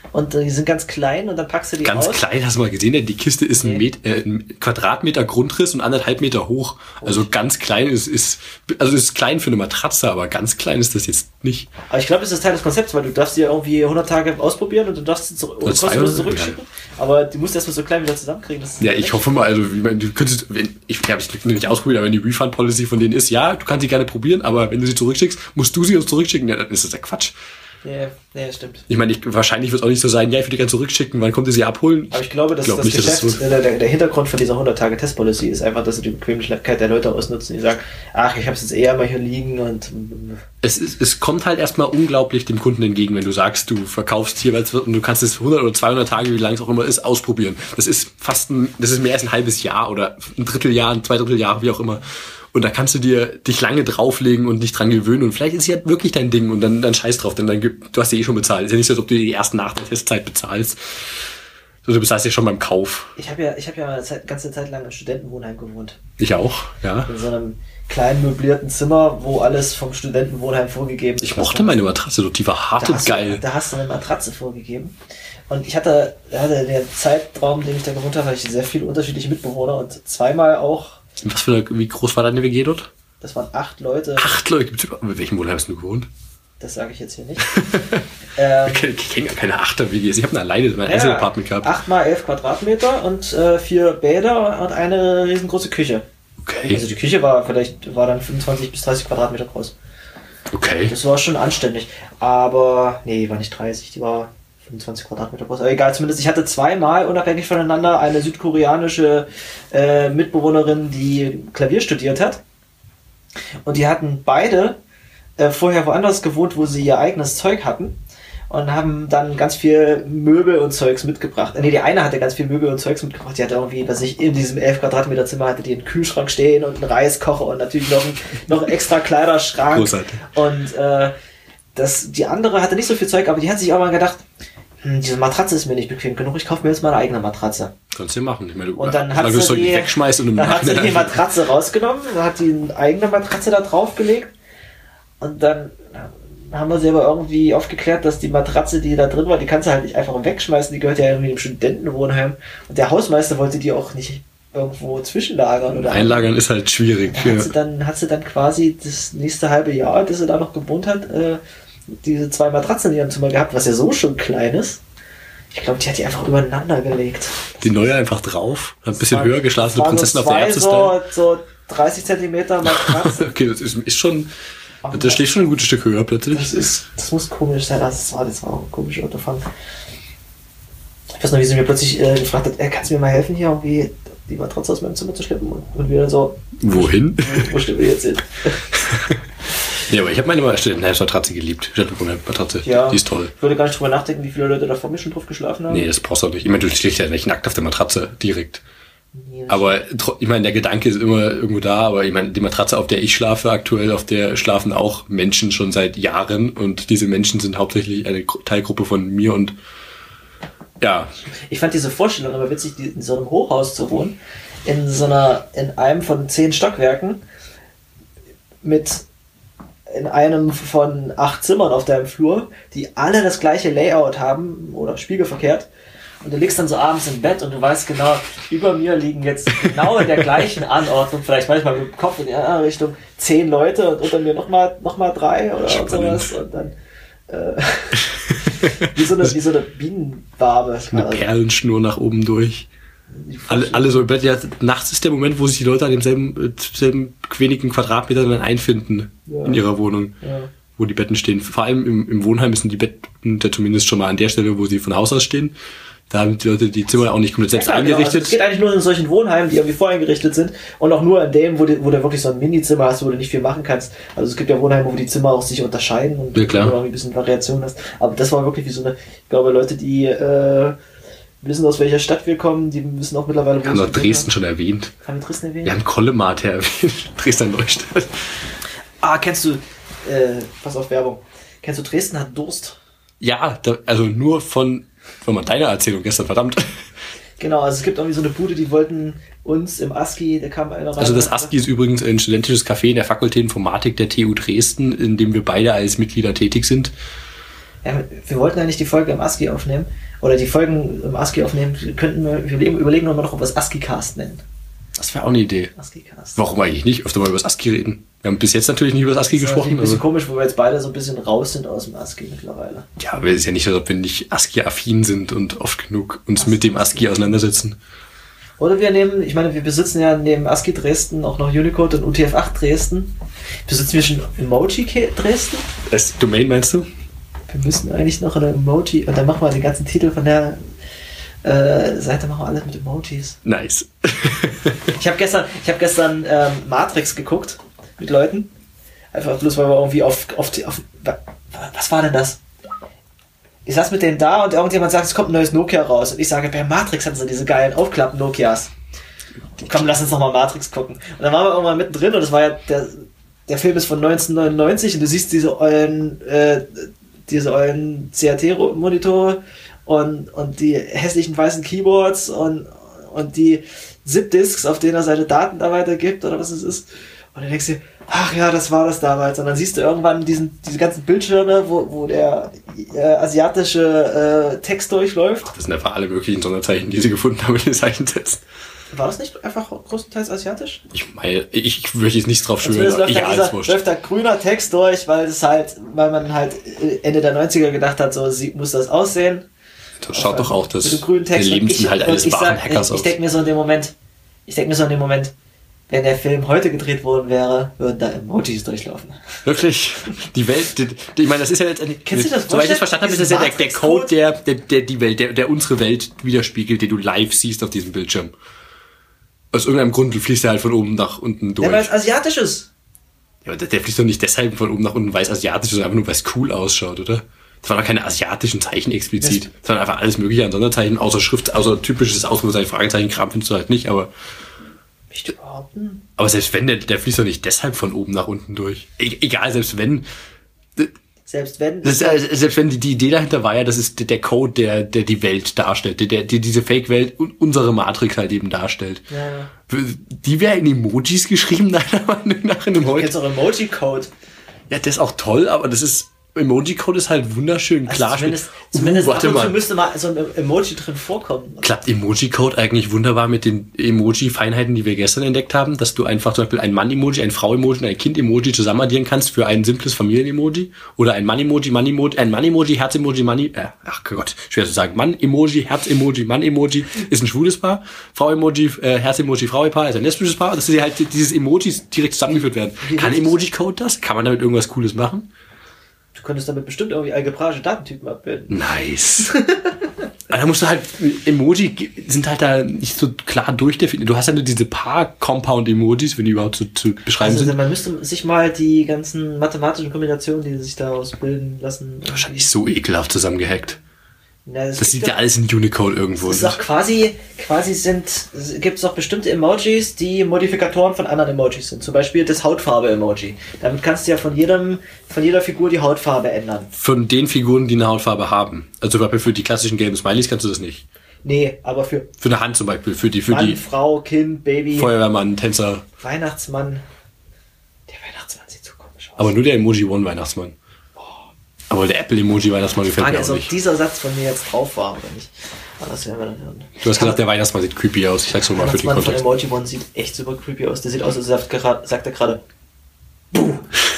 und äh, die sind ganz klein und dann packst du die Ganz aus. klein, hast du mal gesehen? Die Kiste ist ein, Nee. Met, äh, ein Quadratmeter Grundriss und anderthalb Meter hoch. Also ganz klein ist, ist, also ist klein für eine Matratze, aber ganz klein ist das jetzt nicht. Aber ich glaube, das ist Teil des Konzepts, weil du darfst die ja irgendwie hundert Tage ausprobieren und du darfst sie zurück, Oder kostenlos zweihundert, zurückschicken. Aber die musst du erstmal so klein wieder zusammenkriegen. Das ist Ja, ich hoffe mal, also ich meine, du könntest, wenn, ich habe es nicht ausprobiert, aber wenn die Refund-Policy von denen ist, ja, du kannst sie gerne probieren, aber wenn du sie zurückschickst, musst du sie uns zurückschicken, ja, dann ist das ja Quatsch. Ja, ja, stimmt. Ich meine, ich, wahrscheinlich wird es auch nicht so sein, ja, ich würde die gerne zurückschicken, wann kommt ihr sie abholen? Aber ich glaube, dass glaub das nicht, dass Geschäft, es so- der, der Hintergrund von dieser hundert-Tage-Test-Policy ist einfach, dass sie die Bequemlichkeit der Leute ausnutzen, die sagen, ach, ich habe es jetzt eher mal hier liegen und Es, ist, es kommt halt erstmal unglaublich dem Kunden entgegen, wenn du sagst, du verkaufst hier was und du kannst es hundert oder zweihundert Tage, wie lang es auch immer ist, ausprobieren. Das ist fast ein, das ist mehr als ein halbes Jahr oder ein Dritteljahr, ein Zweidritteljahr, wie auch immer. Und da kannst du dir dich lange drauflegen und dich dran gewöhnen und vielleicht ist ja wirklich dein Ding und dann, dann scheiß drauf, denn dann, gib- du hast ja eh schon bezahlt. Ist ja nicht so, als ob du die ersten nach der Testzeit bezahlst. So, du bezahlst ja schon beim Kauf. ich habe ja, ich habe ja eine Zeit, ganze Zeit lang im Studentenwohnheim gewohnt. Ich auch, ja. In so einem kleinen möblierten Zimmer, wo alles vom Studentenwohnheim vorgegeben ist. Ich mochte meine Matratze dort, die war hart Da und hast, du, geil. da hast du eine Matratze vorgegeben. Und ich hatte, hatte den Zeitraum, den ich da gewohnt habe, hatte ich sehr viele unterschiedliche Mitbewohner und zweimal auch, Was für eine, wie groß war deine W G dort? das waren acht Leute, Acht Leute. Gibt's überhaupt, mit welchem Wohnheim hast du gewohnt? das sage ich jetzt hier nicht. ähm, Ich kenne gar keine Achter-W Gs. Ich habe eine alleine mein Einzelapartment gehabt. acht mal elf Quadratmeter und äh, vier Bäder und eine riesengroße Küche. Okay. Also die Küche war vielleicht, war dann fünfundzwanzig bis dreißig Quadratmeter groß. Okay. Das war schon anständig. Aber, nee, war nicht dreißig, die war fünfundzwanzig Quadratmeter groß. Aber egal, zumindest ich hatte zweimal unabhängig voneinander eine südkoreanische äh, Mitbewohnerin, die Klavier studiert hat. Und die hatten beide äh, vorher woanders gewohnt, wo sie ihr eigenes Zeug hatten. Und haben dann ganz viel Möbel und Zeugs mitgebracht. Nee, die eine hatte ganz viel Möbel und Zeugs mitgebracht. Die hatte irgendwie, was ich in diesem elf Quadratmeter Zimmer hatte, die einen Kühlschrank stehen und einen Reiskocher und natürlich noch einen, noch einen extra Kleiderschrank. Großartig. Und äh, das, die andere hatte nicht so viel Zeug, aber die hat sich auch mal gedacht, hm, diese Matratze ist mir nicht bequem genug, ich kaufe mir jetzt mal eine eigene Matratze. Kannst du machen. Ich meine, du, Und dann hat solange du das sie Zeug nicht die, wegschmeißt und im dann hat sie Nachhinein die Matratze rausgenommen, dann hat die eine eigene Matratze da draufgelegt und dann haben wir sie aber irgendwie aufgeklärt, dass die Matratze, die da drin war, die kannst du halt nicht einfach wegschmeißen, die gehört ja irgendwie im Studentenwohnheim und der Hausmeister wollte die auch nicht irgendwo zwischenlagern oder Einlagern ist halt schwierig. da hat sie dann, hat sie dann quasi das nächste halbe Jahr, das sie da noch gewohnt hat, äh, diese zwei Matratzen in ihrem Zimmer gehabt, was ja so schon klein ist. Ich glaube, die hat die einfach übereinander gelegt. Die neue einfach drauf. Ein bisschen waren- höher geschlafen, so waren Prinzessin so auf der zwei Erbse. so, so dreißig Zentimeter Matratzen. Okay, das ist, ist schon, das steht schon ein gutes Stück höher plötzlich. Das ist, das muss komisch sein. Das war, das war auch ein komischer Unterfangen. Ich weiß noch, wie sie mir plötzlich äh, gefragt hat, äh, kannst du mir mal helfen, hier irgendwie die Matratze aus meinem Zimmer zu schleppen? Und, und wir dann so, Wohin? wo stehen wir jetzt hin? Ja, aber ich habe meine Studentenmatratze geliebt. Studentenmatratze, Ja. die ist toll. Ich würde gar nicht drüber nachdenken, wie viele Leute da vor mir schon drauf geschlafen haben. Nee, das brauchst du auch nicht. Ich meine, du schläfst ja nicht nackt auf der Matratze direkt. Nee, das Aber tro- ich meine, der Gedanke ist immer irgendwo da, aber ich meine, die Matratze, auf der ich schlafe aktuell, auf der schlafen auch Menschen schon seit Jahren und diese Menschen sind hauptsächlich eine Gru- Teilgruppe von mir und ja, Ich fand diese Vorstellung aber witzig, die- in so einem Hochhaus zu wohnen, in so einer, in einem von zehn Stockwerken, mit in einem von acht Zimmern auf deinem Flur, die alle das gleiche Layout haben oder spiegelverkehrt. Und du liegst dann so abends im Bett und du weißt genau, über mir liegen jetzt genau in der gleichen Anordnung, vielleicht manchmal mit dem Kopf in die andere Richtung, zehn Leute und unter mir nochmal noch mal drei oder Spannend. sowas. Und dann äh, wie, so eine, wie so eine Bienenwabe. eine Also, Perlenschnur nach oben durch. die Alle, alle so im Bett. Ja, nachts ist der Moment, wo sich die Leute an demselben äh, selben wenigen Quadratmeter dann einfinden Ja. in ihrer Wohnung, Ja. wo die Betten stehen. Vor allem im, im Wohnheim sind die Betten ja zumindest schon mal an der Stelle, wo sie von Haus aus stehen. Da haben die Leute die Zimmer auch nicht komplett selbst Ja, genau. Also eingerichtet. es geht eigentlich nur in solchen Wohnheimen, die irgendwie voreingerichtet sind und auch nur in dem, wo du, wo du wirklich so ein Minizimmer hast, wo du nicht viel machen kannst. Also es gibt ja Wohnheime, wo die Zimmer auch sich unterscheiden und Ja, klar. wo du auch ein bisschen Variation hast. Aber das war wirklich wie so eine, ich glaube, Leute, die äh, wissen, aus welcher Stadt wir kommen, die wissen auch mittlerweile, wo Wir haben sie doch Dresden schon erwähnt. Haben wir Dresden erwähnt? Wir haben Kollemate erwähnt. Dresden Neustadt. Ah, kennst du, äh, pass auf Werbung. Kennst du Dresden hat Durst? Ja, da, also nur von, von mal deiner Erzählung gestern, verdammt. Genau, also es gibt irgendwie so eine Bude, die wollten uns im ASCII, da kam einer rein. Also das und hat ASCII ist übrigens ein studentisches Café in der Fakultät Informatik der T U Dresden, in dem wir beide als Mitglieder tätig sind. Ja, wir wollten eigentlich die Folge im ASCII aufnehmen. Oder die Folgen im ASCII aufnehmen. Könnten wir, wir überlegen wir mal noch, ob wir es ASCII-Cast nennen. Das wäre auch eine Idee. ASCII-Cast. Warum eigentlich nicht? Öfter mal über das ASCII reden. Wir haben bis jetzt natürlich nicht über das ASCII das ist gesprochen. ein bisschen also. komisch, wo wir jetzt beide so ein bisschen raus sind aus dem ASCII mittlerweile. Ja, aber es ist ja nicht so, als ob wir nicht ASCII-affin sind und oft genug uns ASCII, mit dem ASCII auseinandersetzen. Oder wir nehmen, ich meine, wir besitzen ja neben ASCII Dresden auch noch Unicode und U T F acht Dresden. Besitzen wir schon Emoji Dresden? Das Domain meinst du? Wir müssen eigentlich noch eine Emoji, und dann machen wir den ganzen Titel von der äh, Seite, machen wir alles mit Emojis. Nice. ich habe gestern, ich hab gestern ähm, Matrix geguckt mit Leuten. Einfach bloß, weil wir irgendwie auf, auf, die, auf... Was war denn das? Ich saß mit denen da und irgendjemand sagt, es kommt ein neues Nokia raus. Und ich sage, bei Matrix hatten sie diese geilen Aufklappen-Nokias. Komm, lass uns nochmal Matrix gucken. Und dann waren wir irgendwann mittendrin und das war ja, der, der Film ist von neunzehnhundertneunundneunzig und du siehst diese ollen, äh, diese ollen C R T-Monitore und, und die hässlichen weißen Keyboards und, und die Zip-Disks, auf denen er seine Daten da weitergibt oder was es ist. Und dann denkst du, ach ja, das war das damals. Und dann siehst du irgendwann diesen, diese ganzen Bildschirme, wo, wo der äh, asiatische äh, Text durchläuft. Das sind einfach alle möglichen Sonderzeichen, die sie gefunden haben in den Zeichentext. War das nicht einfach größtenteils asiatisch? Ich meine, ich, ich würde jetzt nichts drauf schwören. Läuft, ich da alles dieser, läuft da grüner Text durch, weil es halt, weil man halt Ende der neunziger gedacht hat, so sieht, muss das aussehen. Das schaut doch auch das der Lebensinhalt eines wahren Hackers ich, aus. Ich denke mir so in dem Moment, ich denke mir so in dem Moment, wenn der Film heute gedreht worden wäre, würden da Emojis durchlaufen. Wirklich? Die Welt, die, die, ich meine, das ist ja letztendlich... Kennst du das? Soweit ich das verstanden habe, ist das ja der, der Code, der, der, der die Welt, der, der unsere Welt widerspiegelt, den du live siehst auf diesem Bildschirm. Aus irgendeinem Grund fließt der halt von oben nach unten durch. Ja, weil es asiatisch ist. Ja, aber der, der fließt doch nicht deshalb von oben nach unten, weil es asiatisch ist, sondern einfach nur, weil es cool ausschaut, oder? Das waren doch keine asiatischen Zeichen explizit. Das waren einfach alles mögliche an Sonderzeichen, außer Schrift, außer typisches Ausrufezeichen, Fragezeichen-Kram findest du halt nicht, aber... Nicht behaupten. Aber selbst wenn, der, der fließt doch nicht deshalb von oben nach unten durch. E- egal, selbst wenn... Selbst wenn... Das, äh, selbst wenn die, die Idee dahinter war ja, das ist der Code, der, der die Welt darstellt, der, der die diese Fake-Welt und unsere Matrix halt eben darstellt. Ja. Die wäre in Emojis geschrieben, deiner Meinung nach, in einem heute. Jetzt auch Emoji-Code. Ja, das ist auch toll, aber das ist... Emoji-Code ist halt wunderschön Also klar. zumindest, uh, zumindest warte ab und zu mal. müsste mal so ein Emoji drin vorkommen. Klappt Emoji-Code eigentlich wunderbar mit den Emoji-Feinheiten, die wir gestern entdeckt haben, dass du einfach zum Beispiel ein Mann-Emoji, ein Frau-Emoji und ein Kind-Emoji zusammen addieren kannst für ein simples Familien-Emoji oder ein Mann-Emoji, Mann-Emoji, ein Mann-Emoji, Herz-Emoji, Mann, äh, ach Gott, schwer zu sagen, Mann-Emoji, Herz-Emoji, Mann-Emoji ist ein schwules Paar, Frau-Emoji, äh, Herz-Emoji, Frau-Paar ist ein lesbisches Paar, dass sie halt dieses Emojis direkt zusammengeführt werden. Kann Emoji-Code das? Kann man damit irgendwas Cooles machen? Du könntest damit bestimmt irgendwie algebraische Datentypen abbilden. Nice. Da musst du halt, Emoji sind halt da nicht so klar durchdefiniert. Du hast ja nur diese paar Compound-Emojis, wenn die überhaupt so zu beschreiben Also sind. man müsste sich mal die ganzen mathematischen Kombinationen, die sich daraus bilden lassen. Wahrscheinlich so ekelhaft zusammengehackt. Ja, das Das sieht ja alles in Unicode irgendwo. Es ist auch quasi, quasi sind, gibt es auch bestimmte Emojis, die Modifikatoren von anderen Emojis sind. Zum Beispiel das Hautfarbe-Emoji. Damit kannst du ja von jedem, von jeder Figur die Hautfarbe ändern. Von den Figuren, die eine Hautfarbe haben. Also zum Beispiel für die klassischen gelben Smileys kannst du das nicht. Nee, aber für Für eine Hand zum Beispiel, für die, für Mann, die Frau, Kind, Baby, Feuerwehrmann, Tänzer. Weihnachtsmann. Der Weihnachtsmann sieht so komisch aus. Aber nur der Emoji One Weihnachtsmann. Aber der Apple-Emoji Weihnachtsmann gefällt Frage mir ist, auch ob nicht. dieser Satz von mir jetzt drauf war oder nicht. Aber das werden wir dann hören. Du hast gesagt, der Weihnachtsmann sieht creepy aus. Ich sag's nur mal für den Weihnachtsmann von Kontext. Emoji One sieht echt super creepy aus. Der sieht aus, als sagt, gerade, sagt er gerade Buh.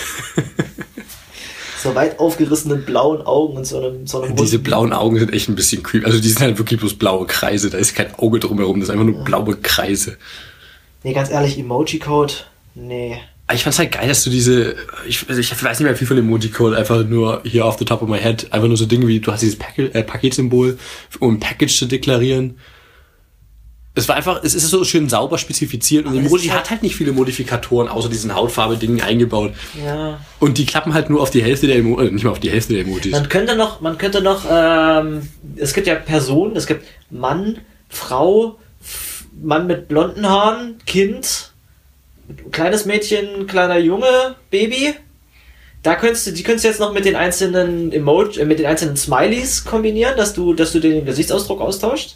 So weit aufgerissenen blauen Augen und so einem, so einem Diese runden- blauen Augen sind echt ein bisschen creepy. Also die sind halt wirklich bloß blaue Kreise. Da ist kein Auge drumherum. Das ist einfach nur blaue Kreise. Nee, ganz ehrlich, Emoji-Code? Nee. Aber ich fand's halt geil, dass du diese, ich, also ich weiß nicht mehr viel von Emoji-Code, einfach nur hier off the top of my head, einfach nur so Dinge wie, du hast dieses Pack äh, Paketsymbol, um ein Package zu deklarieren. Es war einfach, es ist so schön sauber spezifiziert und Aber Emoji es ist halt- hat halt nicht viele Modifikatoren, außer diesen Hautfarbe-Dingen eingebaut. Ja. Und die klappen halt nur auf die Hälfte der Emojis, äh, nicht mal auf die Hälfte der Emojis. Man könnte noch, man könnte noch, ähm, es gibt ja Personen, es gibt Mann, Frau, F- Mann mit blonden Haaren, Kind, kleines Mädchen, kleiner Junge, Baby. Da könntest du, die könntest du jetzt noch mit den einzelnen Emoji, äh, mit den einzelnen Smileys kombinieren, dass du, dass du den Gesichtsausdruck austauscht.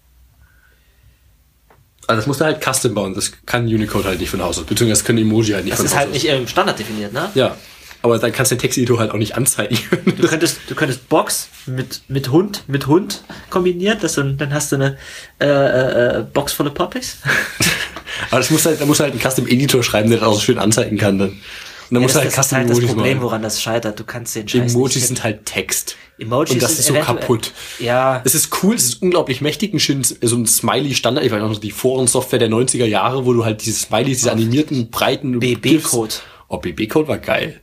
Also das musst du halt custom bauen, das kann Unicode halt nicht von Haus aus, beziehungsweise das können Emoji halt nicht Das von ist Haus halt aus. nicht im Standard definiert, ne? Ja. Aber dann kannst du den Texteditor halt auch nicht anzeigen. Du könntest, du könntest Box mit, mit Hund, mit Hund kombinieren, dass du, dann hast du eine äh, äh, Box voller Puppies. Aber das muss halt, da muss halt ein Custom-Editor schreiben, der das auch so schön anzeigen kann dann. Und dann Ja, muss das halt das ist halt das Custom-Emojis Problem, machen. woran das scheitert. Du kannst den Scheiß Emojis nicht sind halt Text. Emojis und das sind ist so eventuell- kaputt. Ja. Es ist cool, es ist unglaublich mächtig, ein schönes, so ein Smiley-Standard, ich weiß noch, die Forensoftware der neunziger Jahre, wo du halt diese Smileys, diese animierten, breiten B B-Code. Oh, B B-Code war geil.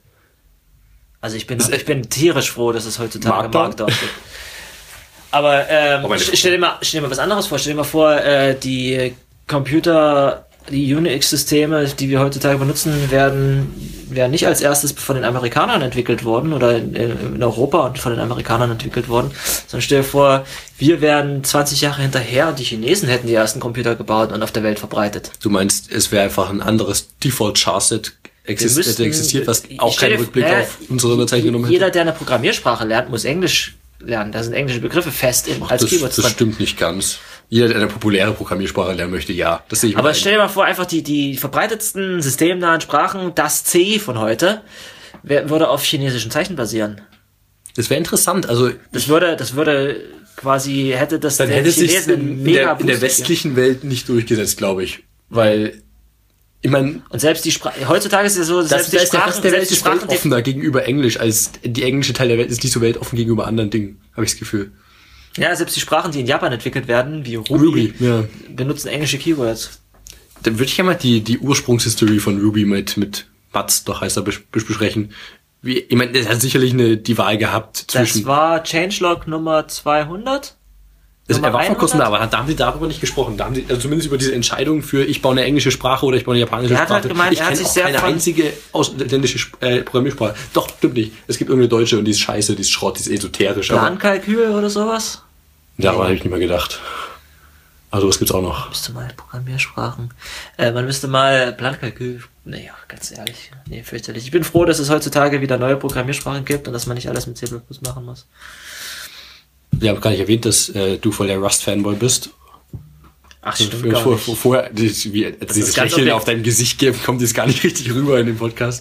Also ich bin, ich bin tierisch froh, dass es heutzutage Markdown? Markdown gibt. Aber ähm, Aber eine- st- stell dir mal, stell dir mal was anderes vor. Stell dir mal vor, äh, die Computer, die Unix-Systeme, die wir heutzutage benutzen, werden, werden nicht als erstes von den Amerikanern entwickelt worden oder in, in Europa und von den Amerikanern entwickelt worden, sondern stell dir vor, wir werden zwanzig Jahre hinterher und die Chinesen hätten die ersten Computer gebaut und auf der Welt verbreitet. Du meinst, es wäre einfach ein anderes Default-Charset exist Wir müssten- hätte existiert, was auch ich stell keinen dir- Rückblick naja, auf unsere Bezeichnung genommen hätte? Jeder, der eine Programmiersprache lernt, muss Englisch lernen. Da sind englische Begriffe fest in, als Das, Keywords das drin. stimmt nicht ganz. Jeder, der eine populäre Programmiersprache lernen möchte, ja. Das sehe ich Aber mal stell dir mal vor, einfach die, die verbreitetsten systemnahen Sprachen, das C von heute, wer- würde auf chinesischen Zeichen basieren. Das wäre interessant. Also Das würde, das würde quasi, hätte das dann den hätte es sich Chinesen einen in, in, mega der, in der Boost westlichen Welt nicht durchgesetzt, glaube ich. Weil, ich meine, gegeben. Und selbst die Sprache, heutzutage ist es ja so, das, selbst da die ist der Sprachen, Rest der Welt selbst die ist Sprachen, weltoffener gegenüber Englisch, als die englische Teil der Welt ist nicht so weltoffen gegenüber anderen Dingen, habe ich das Gefühl. ja, selbst die Sprachen, die in Japan entwickelt werden, wie Ruby, Ruby, ja. benutzen englische Keywords. Dann würde ich ja mal die, die Ursprungshistory von Ruby mit, mit Mats, doch heißt er, bes- besprechen. Wie, ich meine, das hat sicherlich eine, die Wahl gehabt zwischen... Das war Changelog Nummer zweihundert. Das, Nummer er war vor kurzem da, hundert? aber da haben sie darüber nicht gesprochen. Da haben sie, also zumindest über diese Entscheidung für, ich baue eine englische Sprache oder ich baue eine japanische Der hat Sprache. halt gemeint, ich er hat kenne sich auch sehr keine von- einzige ausländische Sp- äh, Programmiersprache. Doch, stimmt nicht. Es gibt irgendeine deutsche und die ist scheiße, die ist Schrott, die ist esoterisch. Aber Plankalkül oder sowas. daran habe ich nicht mehr gedacht. Also was gibt's auch noch? Müsste mal Programmiersprachen. Äh, man müsste mal Plankalkül. Naja, ganz ehrlich. Nee, fürchterlich. Ich bin froh, dass es heutzutage wieder neue Programmiersprachen gibt und dass man nicht alles mit C plus plus machen muss. Wir haben gar nicht erwähnt, dass äh, du voll der Rust-Fanboy bist. Ach, Vor, stimmt gar vor, nicht. vor, vorher, das, wie, dieses ist ganz Lächeln objekt- auf deinem Gesicht geben, kommt jetzt gar nicht richtig rüber in dem Podcast.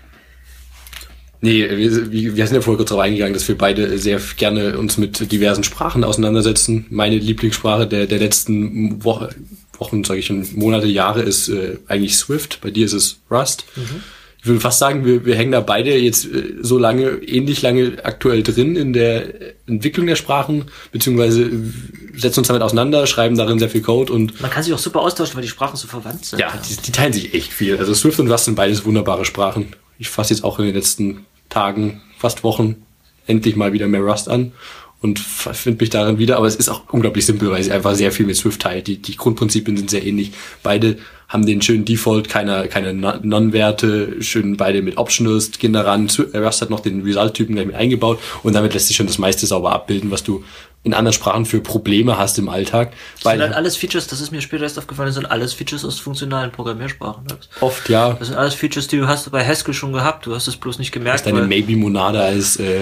Nee, wir, wir wir sind ja vorher kurz darauf eingegangen, dass wir beide sehr gerne uns mit diversen Sprachen auseinandersetzen. Meine Lieblingssprache der, der letzten Woche, Wochen, sage ich schon, Monate, Jahre ist äh, eigentlich Swift. Bei dir ist es Rust. Mhm. Ich würde fast sagen, wir, wir hängen da beide jetzt äh, so lange, ähnlich lange aktuell drin in der Entwicklung der Sprachen, beziehungsweise äh, setzen uns damit auseinander, schreiben darin sehr viel Code und Man kann sich auch super austauschen, weil die Sprachen so verwandt sind. ja, die, die teilen sich echt viel. Also Swift und Rust sind beides wunderbare Sprachen. Ich fasse jetzt auch in den letzten Tagen, fast Wochen, endlich mal wieder mehr Rust an und finde mich darin wieder. Aber es ist auch unglaublich simpel, weil sie einfach sehr viel mit Swift teilt. Die, die Grundprinzipien sind sehr ähnlich. Beide haben den schönen Default, keine, keine Non-Werte, schön beide mit Optionals, gehen daran. Rust hat noch den Result-Typen gleich mit eingebaut und damit lässt sich schon das meiste sauber abbilden, was du in anderen Sprachen für Probleme hast im Alltag. Das sind halt Weil alles Features, das ist mir später erst aufgefallen, das sind alles Features aus funktionalen Programmiersprachen. oft, ja, Das sind alles Features, die du hast bei Haskell schon gehabt, du hast es bloß nicht gemerkt. deine weil- Maybe-Monade als äh,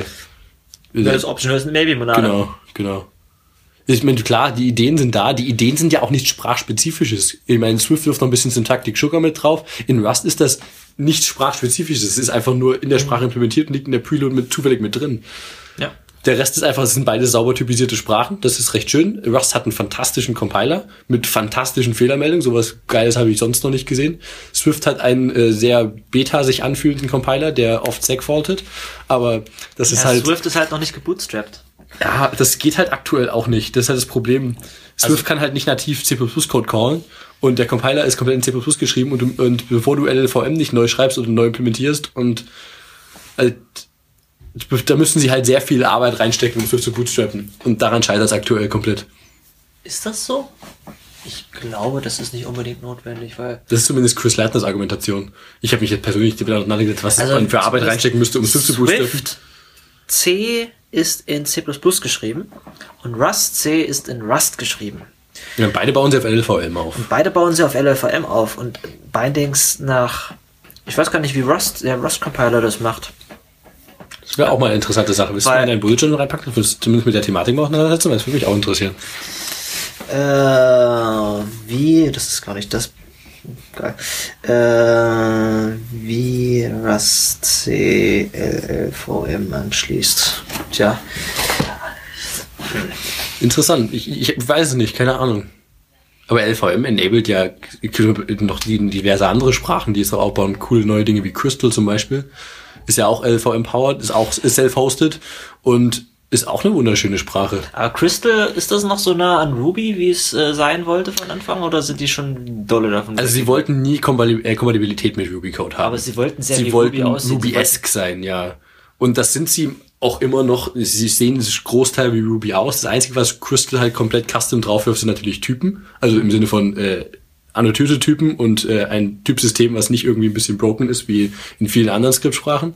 das Optional ist ein Maybe-Monade. Genau, genau. Ich meine, klar, die Ideen sind da. Die Ideen sind ja auch nichts Sprachspezifisches. Ich meine, in Swift wirft noch ein bisschen Syntactic Sugar mit drauf. In Rust ist das nichts Sprachspezifisches. Es ist einfach nur in der Sprache implementiert und liegt in der Preload mit zufällig mit drin. Ja. Der Rest ist einfach, es sind beide sauber typisierte Sprachen. Das ist recht schön. Rust hat einen fantastischen Compiler mit fantastischen Fehlermeldungen. Sowas Geiles habe ich sonst noch nicht gesehen. Swift hat einen äh, sehr beta sich anfühlenden Compiler, der oft segfaultet. Aber das ist Ja, halt... Swift ist halt noch nicht gebootstrapped. Ja, das geht halt aktuell auch nicht. Das ist halt das Problem. Swift Also- kann halt nicht nativ C plus plus Code callen und der Compiler ist komplett in C plus plus geschrieben und, du, und bevor du L L V M nicht neu schreibst oder neu implementierst und halt, da müssen sie halt sehr viel Arbeit reinstecken, um Swift zu bootstrappen. Und daran scheitert es aktuell komplett. Ist das so? Ich glaube, das ist nicht unbedingt notwendig, weil... Das ist zumindest Chris Lertners Argumentation. Ich habe mich jetzt persönlich damit auseinandergesetzt, was Also, man für Arbeit das- reinstecken müsste, um Swift zu bootstrappen. Swift C ist in C plus plus geschrieben und Rust C ist in Rust geschrieben. Ja, beide bauen sie auf L L V M auf. Und beide bauen sie auf L L V M auf und Bindings nach... Ich weiß gar nicht, wie Rust, der Rust-Compiler das macht. Das wäre auch mal eine interessante Sache. Willst du Weil- mal in dein Bullet Journal reinpacken? Willst du zumindest mit der Thematik mal auseinandersetzen? Das würde mich auch interessieren. Äh, wie, das ist gar nicht das. Geil. Äh, wie wie Rust C L L V M anschließt. Tja. Interessant. Ich, ich weiß es nicht, keine Ahnung. Aber L V M enabled ja noch die, diverse andere Sprachen, die es auch aufbauen. Coole neue Dinge wie Crystal zum Beispiel. Ist ja auch L V M-powered, ist auch ist self-hosted und ist auch eine wunderschöne Sprache. Aber Crystal, ist das noch so nah an Ruby, wie es äh, sein wollte von Anfang, oder sind die schon dolle davon? Also sie wollten nie Kompatibilität mit Ruby-Code haben. Aber sie wollten sehr sie wie wollten Ruby aussehen. Ruby-esque sein, ja. Und das sind sie auch immer noch. Sie sehen das Großteil wie Ruby aus. Das Einzige, was Crystal halt komplett custom draufwirft, sind natürlich Typen. Also im Sinne von äh, annotierte Typen und äh, ein Typsystem, was nicht irgendwie ein bisschen broken ist, wie in vielen anderen Skriptsprachen.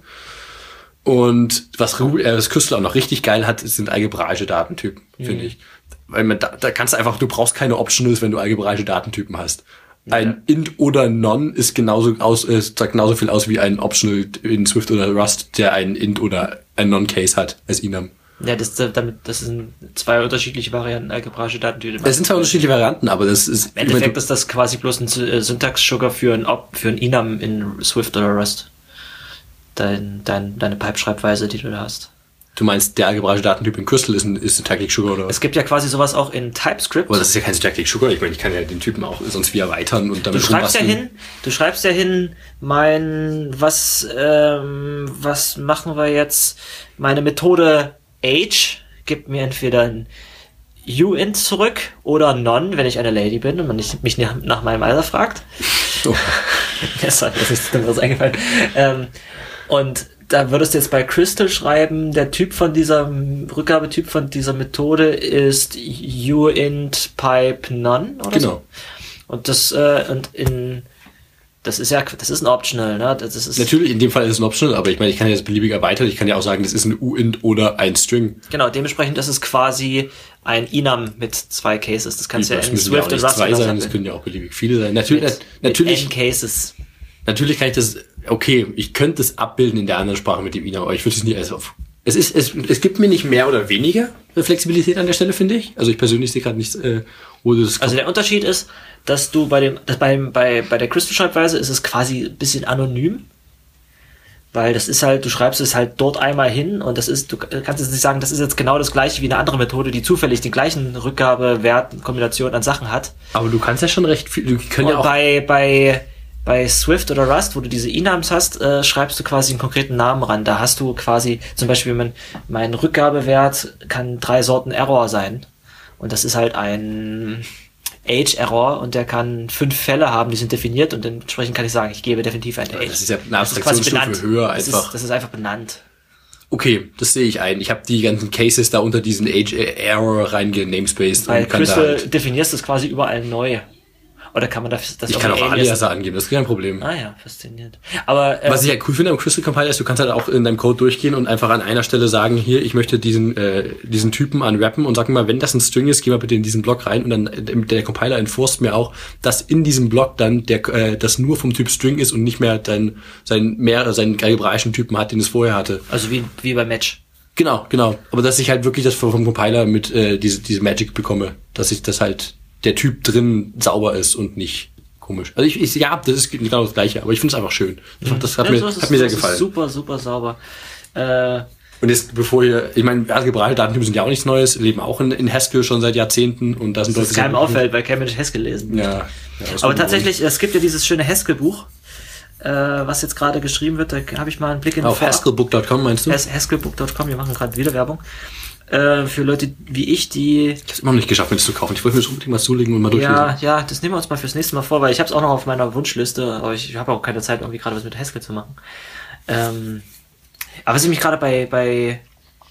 Und was Ruby, äh, das Crystal auch noch richtig geil hat, sind algebraische Datentypen, mhm. finde ich. Weil man da, da kannst du einfach, du brauchst keine Optionals, wenn du algebraische Datentypen hast. Ja. Ein Int oder None ist genauso aus, äh, sagt genauso viel aus wie ein Optional in Swift oder Rust, der ein Int oder ein Non-Case hat als Enum. Ja, das, damit, das sind zwei unterschiedliche Varianten algebraische Datentypen. Das sind zwei unterschiedliche Varianten, aber das ist... Im Endeffekt ist das quasi bloß ein Syntax-Sugar für ein, für ein Enum in Swift oder Rust. Dein, dein, deine Pipe-Schreibweise, die du da hast. Du meinst, der algebraische Datentyp in Crystal ist ein, ist ein Syntactic Sugar, oder? Es gibt ja quasi sowas auch in TypeScript. Aber das ist ja kein Syntactic Sugar. Ich meine, ich kann ja den Typen auch sonst wie erweitern und damit du schreibst ja hin, Du schreibst ja hin, mein, was, ähm, was machen wir jetzt? Meine Methode Age gibt mir entweder ein uint zurück oder None, wenn ich eine Lady bin und man nicht, mich nach meinem Alter fragt. Oh. Das hat mir nichts anderes eingefallen. Ähm, Und da würdest du jetzt bei Crystal schreiben, der Typ von dieser, Rückgabetyp von dieser Methode ist uint pipe none oder genau. So. Und das, äh, und in, das ist ja, das ist ein Optional, ne? Das ist natürlich, in dem Fall ist es ein Optional, aber ich meine, ich kann ja das beliebig erweitern. Ich kann ja auch sagen, das ist ein uint oder ein String. Genau, dementsprechend ist es quasi ein Enum mit zwei Cases. Das kannst du ja in Swift ja und Rust zwei sein, das können ja auch beliebig viele sein. Natürlich, mit, natürlich. Mit n Cases. Natürlich kann ich das, okay, ich könnte es abbilden in der anderen Sprache mit dem Enum, aber ich würde es nie als auf. Es ist, es, es gibt mir nicht mehr oder weniger Flexibilität an der Stelle, finde ich. Also ich persönlich sehe gerade nichts, äh, wo das. Also der Unterschied ist, dass du bei dem, dass beim, bei, bei der Crystal-Schreibweise ist es quasi ein bisschen anonym. Weil das ist halt, du schreibst es halt dort einmal hin und das ist, du kannst jetzt nicht sagen, das ist jetzt genau das gleiche wie eine andere Methode, die zufällig den gleichen Rückgabewert, Kombination an Sachen hat. Aber du kannst ja schon recht viel, du können und ja auch bei, bei, Bei Swift oder Rust, wo du diese Enums hast, äh, schreibst du quasi einen konkreten Namen ran. Da hast du quasi, zum Beispiel, mein, mein Rückgabewert kann drei Sorten Error sein. Und das ist halt ein Age-Error und der kann fünf Fälle haben, die sind definiert und entsprechend kann ich sagen, ich gebe definitiv ein Age. Das ist ja eine Abstraktionsstufe höher einfach. Das ist, das ist einfach benannt. Okay, das sehe ich ein. Ich habe die ganzen Cases da unter diesen Age-Error reingenamespaced. Bei Crystal halt definierst du es quasi überall neu. Oder kann man das, das ich kann auch Aliaser angeben, das ist kein Problem. Ah ja, faszinierend. Aber äh, was ich ja cool finde am Crystal Compiler ist, du kannst halt auch in deinem Code durchgehen und einfach an einer Stelle sagen, hier, ich möchte diesen äh, diesen Typen unwrappen und sag mal, wenn das ein String ist, geh mal bitte in diesen Block rein und dann äh, der Compiler enforced mir auch, dass in diesem Block dann der äh, das nur vom Typ String ist und nicht mehr dein sein mehr seinen algebraischen Typen hat, den es vorher hatte. Also wie wie bei Match. Genau, genau. Aber dass ich halt wirklich das vom Compiler mit äh, diese diese Magic bekomme, dass ich das halt der Typ drin sauber ist und nicht komisch. Also ich, ich ja, das ist genau das Gleiche, aber ich finde es einfach schön. Das, das hat, ja, mir, das ist, hat mir sehr das gefallen. Ist super, super sauber. Äh, und jetzt, bevor hier, ich meine, algebraische Datentypen sind ja auch nichts Neues, leben auch in, in Haskell schon seit Jahrzehnten und da sind das ist keinem auffällt, weil kein Mensch Haskell lesen. Ja. ja aber tatsächlich, es gibt ja dieses schöne Haskell-Buch, äh, was jetzt gerade geschrieben wird, da habe ich mal einen Blick in den Auf haskellbook punkt com meinst du? Has- haskellbook punkt com, wir machen gerade wieder Werbung. Äh, für Leute wie ich, die... Ich hab's immer noch nicht geschafft, mir das zu kaufen. Ich wollte mir das unbedingt mal zulegen und mal durchlesen. Ja, ja, das nehmen wir uns mal fürs nächste Mal vor, weil ich habe es auch noch auf meiner Wunschliste, aber ich habe auch keine Zeit, irgendwie gerade was mit Haskell zu machen. Ähm, aber was ich mich gerade bei, bei,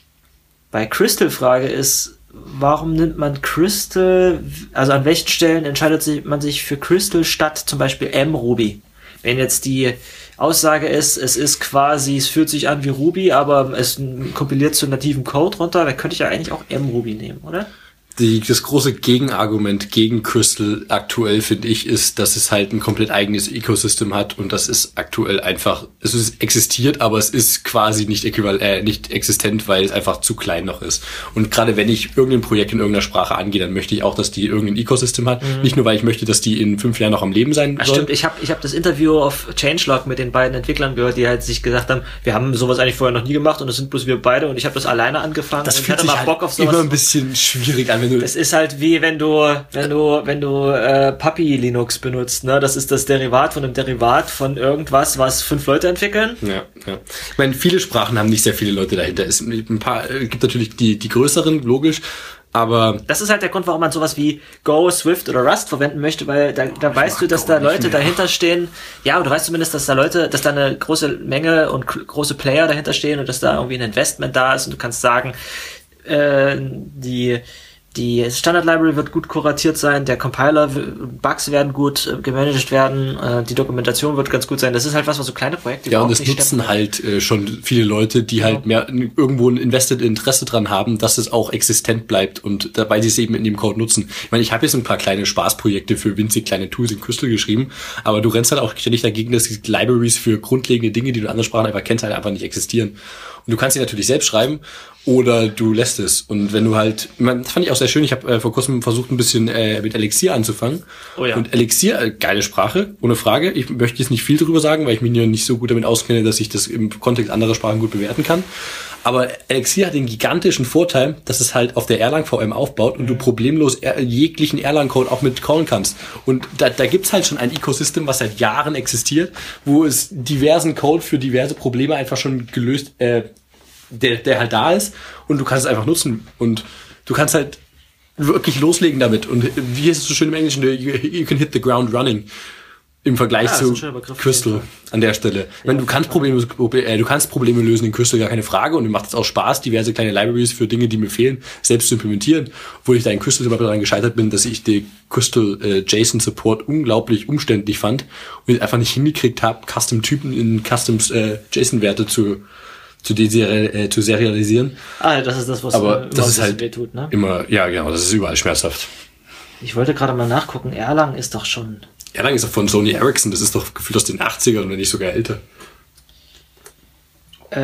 bei Crystal frage, ist, warum nimmt man Crystal, also an welchen Stellen entscheidet sich, man sich für Crystal statt zum Beispiel mRuby? Wenn jetzt die Aussage ist, es ist quasi, es fühlt sich an wie Ruby, aber es kompiliert zu nativen Code runter, dann könnte ich ja eigentlich auch mRuby nehmen, oder? die, das große Gegenargument gegen Crystal aktuell, finde ich, ist, dass es halt ein komplett eigenes Ecosystem hat und das ist aktuell einfach, es ist, existiert, aber es ist quasi nicht äquivalent, äh, nicht existent, weil es einfach zu klein noch ist. Und gerade wenn ich irgendein Projekt in irgendeiner Sprache angehe, dann möchte ich auch, dass die irgendein Ecosystem hat. Mhm. Nicht nur, weil ich möchte, dass die in fünf Jahren noch am Leben sein sollen. Stimmt, ich habe ich hab das Interview auf Changelog mit den beiden Entwicklern gehört, die halt sich gesagt haben, wir haben sowas eigentlich vorher noch nie gemacht und es sind bloß wir beide und ich habe das alleine angefangen. Das und fühlt ich hatte sich mal halt Bock auf sowas. Immer ein bisschen schwierig an, wenn du... Es ist halt wie wenn du, wenn du, wenn du äh, Puppy Linux benutzt, ne? Das ist das Derivat von einem Derivat von irgendwas, was fünf Leute entwickeln. Ja, ja. Ich meine, viele Sprachen haben nicht sehr viele Leute dahinter. Es ein paar, äh, gibt natürlich die, die größeren, logisch. Aber das ist halt der Grund, warum man sowas wie Go, Swift oder Rust verwenden möchte, weil da, da weißt du, dass da Leute dahinter stehen. Ja, aber du weißt zumindest, dass da Leute, dass da eine große Menge und k- große Player dahinter stehen und dass da irgendwie ein Investment da ist und du kannst sagen, äh, die Die Standard Library wird gut kuratiert sein, der Compiler, Bugs werden gut äh, gemanagt werden, äh, die Dokumentation wird ganz gut sein. Das ist halt was, was so kleine Projekte ja, und es nutzen stemmen. halt äh, schon viele Leute, die ja. halt mehr irgendwo ein invested Interesse dran haben, dass es auch existent bleibt und dabei sie es eben in dem Code nutzen. Ich meine, ich habe jetzt ein paar kleine Spaßprojekte für winzig kleine Tools in Crystal geschrieben, aber du rennst halt auch ständig dagegen, dass die Libraries für grundlegende Dinge, die du in anderen Sprachen einfach kennst, halt einfach nicht existieren. Und du kannst sie natürlich selbst schreiben oder du lässt es. Und wenn du halt, das fand ich auch sehr schön, ich habe äh, vor kurzem versucht, ein bisschen äh, mit Elixir anzufangen. Oh ja. Und Elixir, äh, geile Sprache, ohne Frage. Ich möchte jetzt nicht viel drüber sagen, weil ich mich nicht so gut damit auskenne, dass ich das im Kontext anderer Sprachen gut bewerten kann. Aber Elixir hat den gigantischen Vorteil, dass es halt auf der Erlang-V M aufbaut und mhm. du problemlos er- jeglichen Erlang-Code auch mit callen kannst. Und da, da gibt's halt schon ein Ecosystem, was seit Jahren existiert, wo es diversen Code für diverse Probleme einfach schon gelöst, äh, der, der halt da ist und du kannst es einfach nutzen und du kannst halt wirklich loslegen damit und wie ist es so schön im Englischen, you, you can hit the ground running im Vergleich ja, zu Crystal an der Stelle. Ja, Wenn du kannst Probleme, äh, du kannst Probleme lösen in Crystal, gar keine Frage und mir macht es auch Spaß, diverse kleine Libraries für Dinge, die mir fehlen, selbst zu implementieren, obwohl ich da in Crystal zum Beispiel daran gescheitert bin, dass ich die Crystal äh, JSON Support unglaublich umständlich fand und ich einfach nicht hingekriegt habe, Custom-Typen in Custom äh, JSON-Werte zu zu, deseri- äh, zu serialisieren. Ah, das ist das, was aber das ist halt weh tut, ne? Immer, ja genau, das ist überall schmerzhaft. Ich wollte gerade mal nachgucken, Erlang ist doch schon... Erlang ist doch von Sony Ericsson, das ist doch gefühlt aus den achtzigern oder nicht sogar älter. Äh,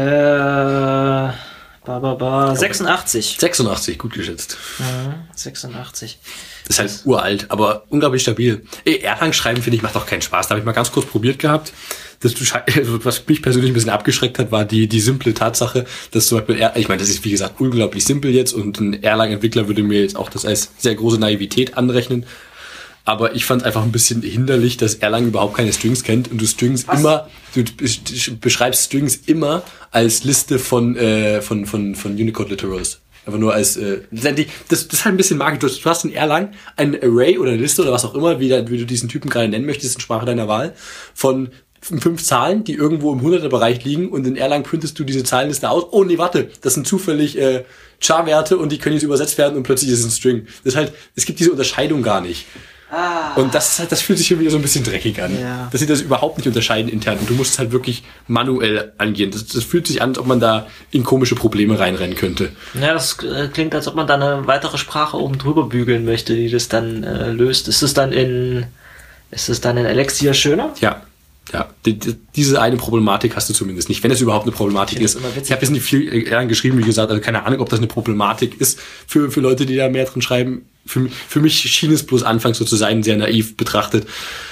ba, ba, ba, sechsundachtzig. sechsundachtzig, gut geschätzt. Mhm, sechsundachtzig. Das ist halt uralt, aber unglaublich stabil. Ey, Erlang schreiben, finde ich, macht auch keinen Spaß. Da habe ich mal ganz kurz probiert gehabt. Das, was mich persönlich ein bisschen abgeschreckt hat, war die die simple Tatsache, dass zum Beispiel, ich meine, das ist wie gesagt unglaublich simpel jetzt und ein Erlang-Entwickler würde mir jetzt auch das als sehr große Naivität anrechnen. Aber ich fand es einfach ein bisschen hinderlich, dass Erlang überhaupt keine Strings kennt und du Strings Was? immer, du beschreibst Strings immer als Liste von äh, von von von Unicode Literals. Einfach nur als, äh, das, das ist halt ein bisschen magisch. Du, du hast in Erlang ein Array oder eine Liste oder was auch immer, wie, wie du diesen Typen gerade nennen möchtest, in Sprache deiner Wahl, von fünf Zahlen, die irgendwo im hunderter-Bereich liegen und in Erlang printest du diese Zahlenliste aus. Oh nee, warte, das sind zufällig äh, Char-Werte und die können jetzt übersetzt werden und plötzlich ist es ein String. Das ist halt, es gibt diese Unterscheidung gar nicht. Ah. Und das ist halt, das fühlt sich schon wieder so ein bisschen dreckig an. Ja. Dass sie das überhaupt nicht unterscheiden intern. Und du musst es halt wirklich manuell angehen. Das, das fühlt sich an, als ob man da in komische Probleme reinrennen könnte. Ja, das äh, klingt, als ob man da eine weitere Sprache oben drüber bügeln möchte, die das dann äh, löst. Ist es dann in, ist es dann in Elixir schöner? Ja. Ja, die, die, diese eine Problematik hast du zumindest nicht, wenn es überhaupt eine Problematik ist. Ich habe jetzt nicht viel Erlang geschrieben, wie gesagt, also keine Ahnung, ob das eine Problematik ist für für Leute, die da mehr drin schreiben. Für, für mich schien es bloß anfangs so zu sein, sehr naiv betrachtet.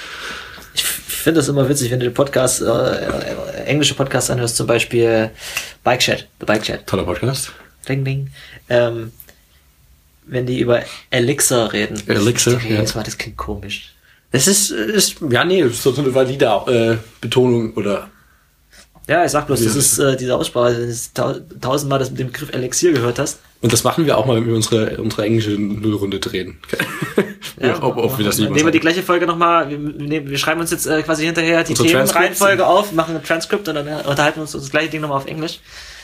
Ich finde das immer witzig, wenn du den Podcast, äh, englische Podcasts anhörst, zum Beispiel Bike Chat, The Bike Chat. Toller Podcast. Ding, ding. Ähm, wenn die über Elixir reden. Elixir, okay, ja. Jetzt mal, das klingt komisch. Es ist, ist, ja, nee, es ist so eine valide äh, Betonung oder. Ja, ich sag bloß, das ist äh, diese Aussprache, wenn du tausendmal das mit dem Begriff Elixir gehört hast. Und das machen wir auch mal, wenn wir unsere, unsere englische Nullrunde drehen. Ja, ob, ob wir das nicht nehmen wir die gleiche Folge nochmal, wir, nehmen, wir schreiben uns jetzt äh, quasi hinterher die Themenreihenfolge auf, machen ein Transkript und dann äh, unterhalten wir uns das gleiche Ding nochmal auf Englisch.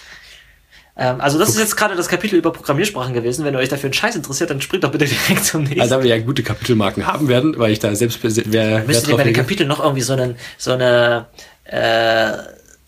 Ähm, also das ist jetzt gerade das Kapitel über Programmiersprachen gewesen. Wenn ihr euch dafür einen Scheiß interessiert, dann springt doch bitte direkt zum nächsten. Also da wir ja gute Kapitelmarken haben werden, weil ich da selbst wer müsst ihr bei den Kapiteln noch irgendwie so einen so eine äh,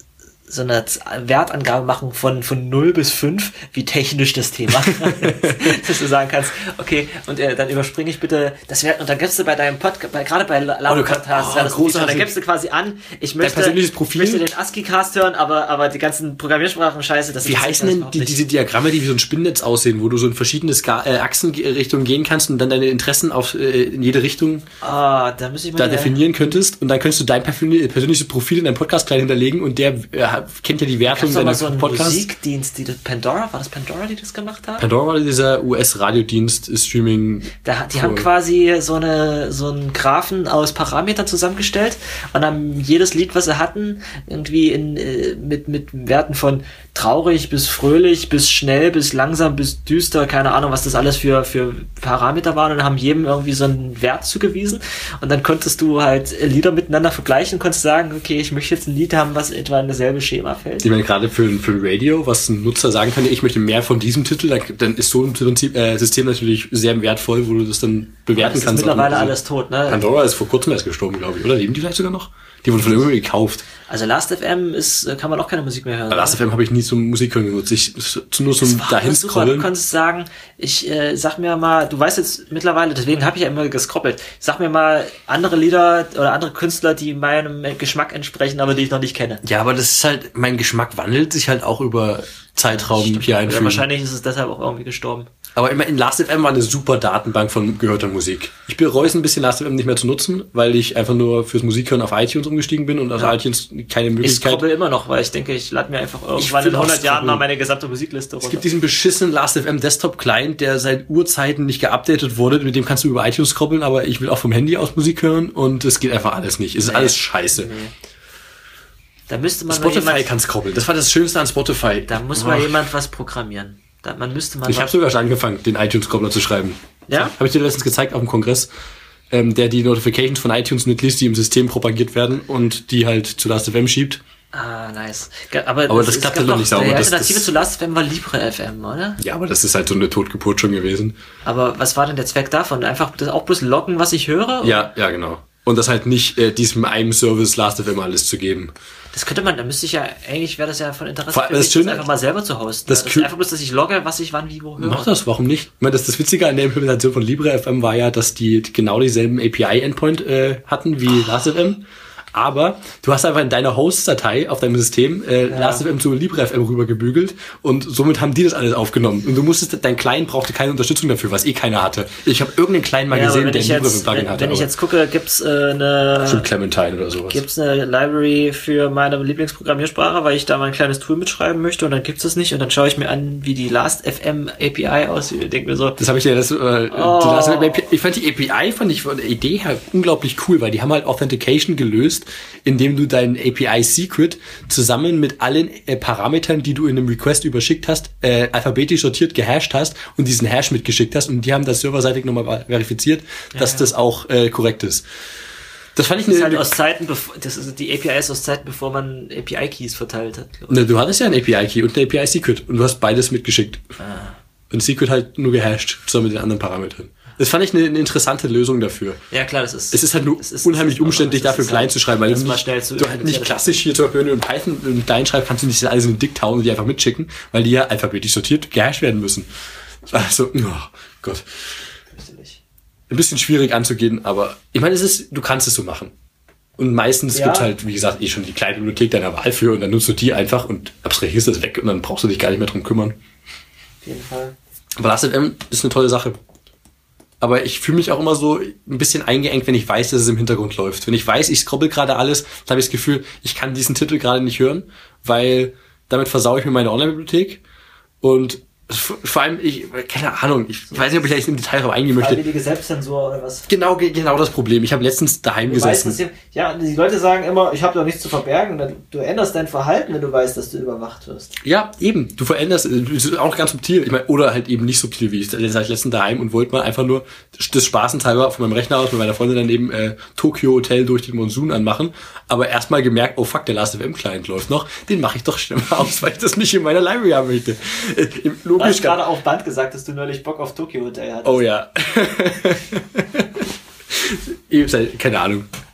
so eine Wertangabe machen von, von null bis fünf, wie technisch das Thema ist. Dass du sagen kannst, okay, und äh, dann überspringe ich bitte das Wert, und dann gibst du bei deinem Podcast, bei, gerade bei Lava Podcast, oh, oh, dann gibst du quasi an, ich möchte, ich möchte den ASCII-Cast hören, aber, aber die ganzen Programmiersprachen scheiße. Das wie heißen denn die, diese Diagramme, die wie so ein Spinnnetz aussehen, wo du so in verschiedene Ska- äh, Achsenrichtungen gehen kannst und dann deine Interessen auf äh, in jede Richtung ah, da, muss ich mal da definieren könntest, und dann könntest du dein persönliches Profil in deinem Podcast klein hinterlegen, und der äh, kennt ja die Wertung deiner so Podcasts. Musikdienst, die das Pandora, war das Pandora, die das gemacht haben? Pandora war dieser U S-Radiodienst, Streaming. Da, die haben quasi so eine so einen Graphen aus Parametern zusammengestellt und haben jedes Lied, was sie hatten, irgendwie in äh, mit mit Werten von traurig bis fröhlich bis schnell bis langsam bis düster, keine Ahnung, was das alles für für Parameter waren, und haben jedem irgendwie so einen Wert zugewiesen, und dann konntest du halt Lieder miteinander vergleichen und konntest sagen, okay, ich möchte jetzt ein Lied haben, was etwa in dasselbe Schema fällt. Ich meine, gerade für, für ein Radio, was ein Nutzer sagen kann, ich möchte mehr von diesem Titel, dann, dann ist so ein Prinzip, äh, System natürlich sehr wertvoll, wo du das dann bewerten das kannst. Ist mittlerweile alles tot, ne? Pandora ist vor kurzem erst gestorben, glaube ich, oder? Leben die vielleicht sogar noch? Die wurden von irgendjemandem gekauft. Also Last F M ist, kann man auch keine Musik mehr hören. Last F M habe ich nie zum Musik hören genutzt. Ich nur zum dahin scrollen. Du konntest sagen, ich äh, sag mir mal, du weißt jetzt mittlerweile, deswegen habe ich ja immer gescroppelt, sag mir mal andere Lieder oder andere Künstler, die meinem Geschmack entsprechen, aber die ich noch nicht kenne. Ja, aber das ist halt, mein Geschmack wandelt sich halt auch über Zeitraum hier einfügen. Ja, wahrscheinlich ist es deshalb auch irgendwie gestorben. Aber immer in Last F M war eine super Datenbank von gehörter Musik. Ich bereue es ein bisschen, Last F M nicht mehr zu nutzen, weil ich einfach nur fürs Musikhören auf iTunes umgestiegen bin und auf ja. iTunes keine Möglichkeit. Ich scrobbel immer noch, weil ich denke, ich lade mir einfach irgendwann in hundert Jahren mal meine gesamte Musikliste runter. Es gibt diesen beschissenen Last F M Desktop Client, der seit Urzeiten nicht geupdatet wurde. Mit dem kannst du über iTunes scrobbeln, aber ich will auch vom Handy aus Musik hören, und es geht einfach alles nicht. Es ist nee. alles scheiße. Nee. Da müsste man Spotify kann scrobbeln. Das war das Schönste an Spotify. Da muss mal oh. jemand was programmieren. Da, man müsste mal ich habe sogar schon angefangen, den iTunes-Scrobbler zu schreiben. Ja? Habe ich dir letztens gezeigt auf dem Kongress, ähm, der die Notifications von iTunes mitliest, die im System propagiert werden und die halt zu Last F M schiebt. Ah, nice. Aber, aber das, das klappt halt noch nicht sauber. Die Alternative das, zu Last F M war Libre F M, oder? Ja, aber das ist halt so eine Totgeburt schon gewesen. Aber was war denn der Zweck davon? Einfach das auch bloß loggen, was ich höre? Ja, ja, genau. Und das halt nicht äh, diesem einem Service Last F M alles zu geben. Das könnte man, da müsste ich ja, eigentlich wäre das ja von Interesse, Vor, für mich, das, das einfach mal selber zu hosten. Das, das ist einfach bloß, dass ich logge, was ich wann, wie, wo höre. Mach das, warum nicht? Ich meine, das, das Witzige an der Implementation von Libre F M war ja, dass die genau dieselben A P I-Endpoint äh, hatten wie oh. Last F M. Aber du hast einfach in deiner Host-Datei auf deinem System äh, ja. Last F M zu Libre F M rübergebügelt, und somit haben die das alles aufgenommen. Und du musstest, dein Client brauchte keine Unterstützung dafür, was eh keiner hatte. Ich habe irgendeinen Client mal ja, gesehen, der ein Libre F M-Plugin hatte. Wenn ich jetzt gucke, gibt's äh, eine Stimmt, Clementine oder sowas. Gibt's eine Library für meine Lieblingsprogrammiersprache, weil ich da mein kleines Tool mitschreiben möchte, und dann gibt's es nicht, und dann schaue ich mir an, wie die Last F M A P I aussieht und denke mir so. Das habe ich ja, das, äh, oh. die Last F M A P I, ich fand die A P I, fand ich von der Idee her unglaublich cool, weil die haben halt Authentication gelöst, indem du dein A P I-Secret zusammen mit allen äh, Parametern, die du in einem Request überschickt hast, äh, alphabetisch sortiert gehasht hast und diesen Hash mitgeschickt hast, und die haben das serverseitig nochmal verifiziert, dass ja, ja. das auch äh, korrekt ist. Das fand ich das eine, ist halt aus Zeiten, bevor, das ist die A P I ist aus Zeiten, bevor man A P I-Keys verteilt hat. Ne, du hattest ja ein A P I-Key und ein A P I-Secret, und du hast beides mitgeschickt. Ah. Und Secret halt nur gehasht, zusammen mit den anderen Parametern. Das fand ich eine, eine interessante Lösung dafür. Ja, klar, das ist. Es ist halt nur ist, unheimlich ist umständlich, dafür klein halt, zu schreiben, weil du nicht, du halt nicht klassisch hier zum Beispiel, wenn du in Python in klein schreibst, kannst du nicht alles in den Dick tauen und die einfach mitschicken, weil die ja alphabetisch sortiert gehasht werden müssen. Also, oh Gott. Ein bisschen schwierig anzugehen, aber ich meine, es ist, du kannst es so machen. Und meistens ja. gibt halt, wie gesagt, eh schon die kleine Bibliothek deiner Wahl für, und dann nutzt du die einfach und abstrahierst das weg, und dann brauchst du dich gar nicht mehr drum kümmern. Auf jeden Fall. Aber Last F M ist eine tolle Sache. Aber ich fühle mich auch immer so ein bisschen eingeengt, wenn ich weiß, dass es im Hintergrund läuft. Wenn ich weiß, ich scrobbel gerade alles, dann habe ich das Gefühl, ich kann diesen Titel gerade nicht hören, weil damit versaue ich mir meine Online-Bibliothek. Und vor allem, ich, keine Ahnung, ich weiß nicht, ob ich da jetzt im Detail drauf eingehen möchte. Freiwillige Selbstzensur oder was? Genau, genau das Problem. Ich habe letztens daheim du gesessen. Weißt, ihr, ja, die Leute sagen immer, ich habe doch nichts zu verbergen. Du änderst dein Verhalten, wenn du weißt, dass du überwacht wirst. Ja, eben. Du veränderst, das ist auch ganz subtil. Ich meine, oder halt eben nicht subtil, wie ich. Da saß ich letztens daheim und wollte mal einfach nur das spaßenshalber von meinem Rechner aus mit meiner Freundin daneben äh, Tokyo Hotel durch den Monsun anmachen. Aber erstmal gemerkt, oh fuck, der Last F M Client läuft noch. Den mache ich doch schnell mal aus, weil ich das nicht in meiner Library haben möchte. Äh, logisch. Du hast gerade auf Band gesagt, dass du neulich Bock auf Tokyo Hotel hattest. Oh ja. Keine Ahnung.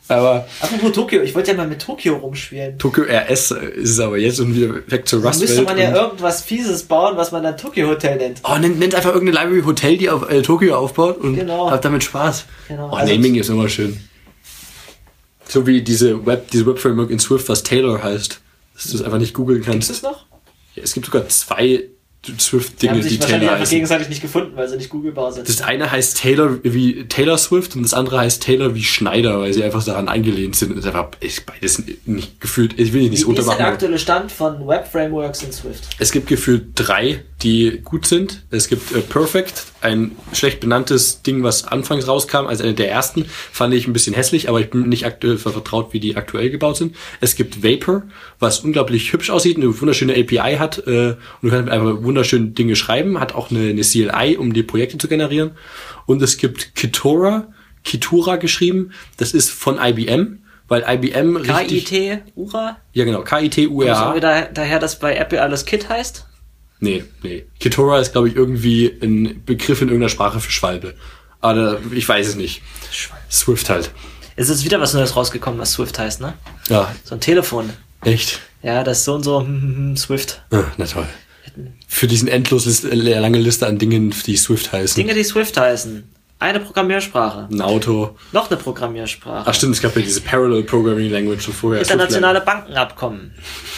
Aber apropos Tokio, ich wollte ja mal mit Tokio rumspielen. Tokio R S ist es aber jetzt und wieder weg zur Rust. Da müsste man ja irgendwas Fieses bauen, was man dann Tokio Hotel nennt. Oh, nennt, nennt einfach irgendeine Library Hotel, die auf äh, Tokio aufbaut und genau. habt damit Spaß. Genau. Oh, Also Naming ist immer schön. So wie diese Web, diese Web-Framework in Swift, was Taylor heißt. Dass du es einfach nicht googeln kannst. Gibt es noch? Ja, es gibt sogar zwei Swift-Dinge, die, haben sich die wahrscheinlich Taylor einfach heißen. gegenseitig nicht gefunden, weil sie nicht googelbar sind. Das eine heißt Taylor wie Taylor Swift und das andere heißt Taylor wie Schneider, weil sie einfach daran eingelehnt sind. Das ist einfach ist beides nicht gefühlt. Ich will nicht Wie ist runtermachen. der aktuelle Stand von Web-Frameworks in Swift? Es gibt gefühlt drei, die gut sind. Es gibt äh, Perfect, ein schlecht benanntes Ding, was anfangs rauskam, als eine der ersten. Fand ich ein bisschen hässlich, aber ich bin nicht aktuell vertraut, wie die aktuell gebaut sind. Es gibt Vapor, was unglaublich hübsch aussieht, eine wunderschöne A P I hat äh, und du kannst einfach wunderschöne Dinge schreiben. Hat auch eine, eine C L I, um die Projekte zu generieren. Und es gibt Kitora, Kitura geschrieben. Das ist von I B M, weil I B M K I richtig... T, Ura? Ja, genau, K I T U R A. Kommt da, daher, dass bei Apple alles Kit heißt? Nee, nee. Kitora ist, glaube ich, irgendwie ein Begriff in irgendeiner Sprache für Schwalbe. Aber ich weiß es nicht. Schwalbe. Swift halt. Es ist wieder was Neues rausgekommen, was Swift heißt, ne? Ja. So ein Telefon. Echt? Ja, das ist so und so hm, hm, hm, Swift. Ah, na toll. Für diesen endlos Liste, äh, lange Liste an Dingen, die Swift heißen. Dinge, die Swift heißen. Eine Programmiersprache. Ein Auto. Noch eine Programmiersprache. Ach stimmt, es gab ja diese Parallel Programming Language schon vorher. Internationale Bankenabkommen.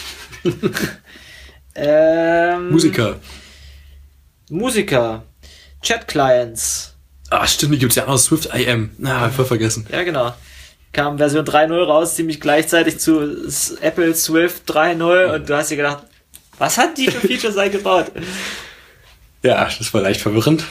ähm, Musiker. Musiker. Chat-Clients. Ah, stimmt, die gibt's ja auch noch. Swift I M. Na, ah, voll vergessen. Ja, genau. Kam Version drei Punkt null raus, ziemlich gleichzeitig zu S- Apple Swift drei Punkt null und du hast dir gedacht, was hat die für Features eingebaut? Ja, das war leicht verwirrend.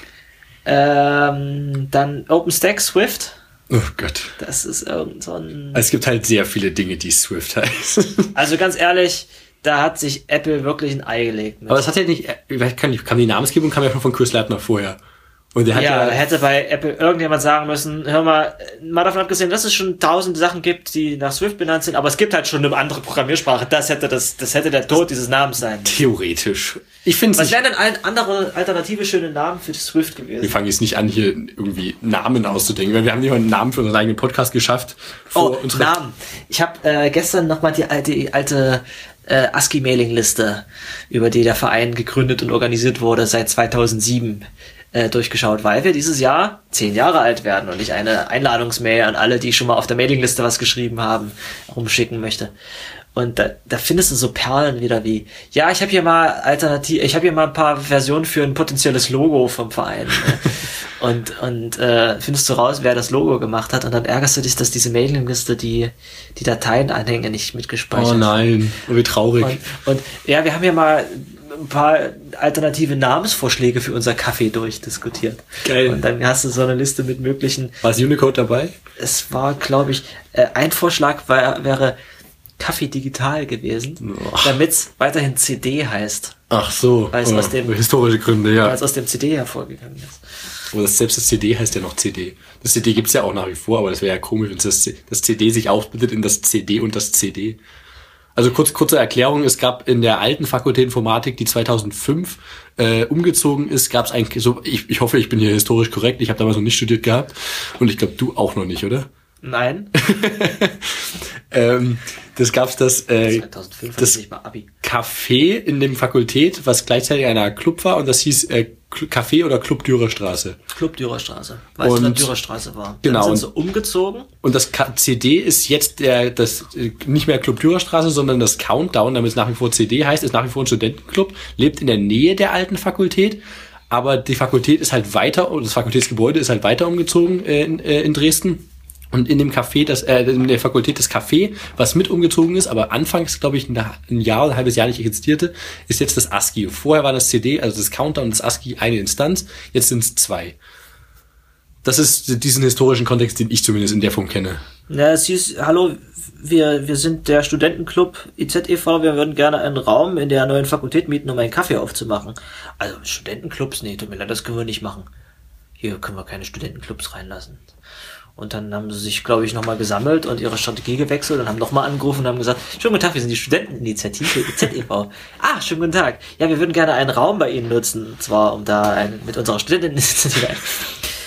Ähm, dann OpenStack Swift. Oh Gott. Das ist irgend so ein... Es gibt halt sehr viele Dinge, die Swift heißen. Also ganz ehrlich, da hat sich Apple wirklich ein Ei gelegt. Mit. Aber es hat ja nicht, ich kann, kam die Namensgebung kam ja schon von Chris Lattner vorher. Und der hat ja, ja, da hätte bei Apple irgendjemand sagen müssen, hör mal, mal davon abgesehen, dass es schon tausende Sachen gibt, die nach Swift benannt sind, aber es gibt halt schon eine andere Programmiersprache. Das hätte das, das hätte der Tod dieses Namens sein. theoretisch. Ich finde Was wären denn ein, andere alternative schöne Namen für Swift Wir gewesen? fangen jetzt nicht an, hier irgendwie Namen auszudenken, weil wir haben nicht mal einen Namen für unseren eigenen Podcast geschafft. Oh, unsere Namen. Ich habe äh, gestern nochmal die alte, die alte äh, ASCII-Mailing-Liste, über die der Verein gegründet und organisiert wurde, seit zweitausendsieben äh, durchgeschaut, weil wir dieses Jahr zehn Jahre alt werden und ich eine Einladungsmail an alle, die schon mal auf der Mailingliste was geschrieben haben, rumschicken möchte. Und da, da findest du so Perlen wieder wie, ja, ich habe hier mal alternativ, ich habe hier mal ein paar Versionen für ein potenzielles Logo vom Verein. Ne? Und, und äh, findest du raus, wer das Logo gemacht hat und dann ärgerst du dich, dass diese Mailingliste die, die Dateienanhänge nicht mitgespeichert. Oh nein, wie traurig. Und, und ja, wir haben ja mal ein paar alternative Namensvorschläge für unser Café durchdiskutiert. Geil. Und dann hast du so eine Liste mit möglichen... War es Unicode dabei? Es war, glaube ich, äh, ein Vorschlag war, wäre Kaffee Digital gewesen, Oh. damit es weiterhin C D heißt, Ach so, Weil es oh, aus dem- historische Gründe, weil ja. es aus dem C D hervorgegangen ist. Aber das, selbst das C D heißt ja noch C D. Das C D gibt's ja auch nach wie vor, aber das wäre ja komisch, wenn das, C- das C D sich aufsplittet in das C D und das C D. Also kurz, kurze Erklärung, es gab in der alten Fakultät Informatik, die zweitausendfünf äh, umgezogen ist, gab es eigentlich so, ich, ich hoffe, ich bin hier historisch korrekt, ich habe damals noch nicht studiert gehabt und ich glaube, du auch noch nicht, oder? Nein, ähm, das gab's das, äh, zweitausendfünf das hatte ich mal Abi. Café in dem Fakultät, was gleichzeitig einer Club war und das hieß äh, Café oder Club Dürerstraße. Club Dürerstraße. Weißt du, Und- was Dürerstraße war? Genau, Dann und- sind sie umgezogen. Und das K- C D ist jetzt der, das, äh, nicht mehr Club Dürerstraße, sondern das Countdown, damit es nach wie vor C D heißt, ist nach wie vor ein Studentenclub, lebt in der Nähe der alten Fakultät, aber die Fakultät ist halt weiter, oder das Fakultätsgebäude ist halt weiter umgezogen äh, in, äh, in Dresden. Und in dem Café, das, äh, in der Fakultät das Café, was mit umgezogen ist, aber anfangs, glaube ich, ein, ein Jahr oder ein halbes Jahr nicht existierte, ist jetzt das ASCII. Vorher war das C D, also das Countdown und das ASCII eine Instanz, jetzt sind es zwei. Das ist diesen historischen Kontext, den ich zumindest in der Form kenne. Ja, es hieß, hallo, wir, wir sind der Studentenclub I Z E V, wir würden gerne einen Raum in der neuen Fakultät mieten, um einen Kaffee aufzumachen. Also Studentenclubs, nee, tut mir leid, das können wir nicht machen. Hier können wir keine Studentenclubs reinlassen. Und dann haben sie sich, glaube ich, nochmal gesammelt und ihre Strategie gewechselt und haben nochmal angerufen und haben gesagt, schönen guten Tag, wir sind die Studenteninitiative I Z E V. Ah, schönen guten Tag. Ja, wir würden gerne einen Raum bei Ihnen nutzen, und zwar um da ein, mit unserer Studenteninitiative.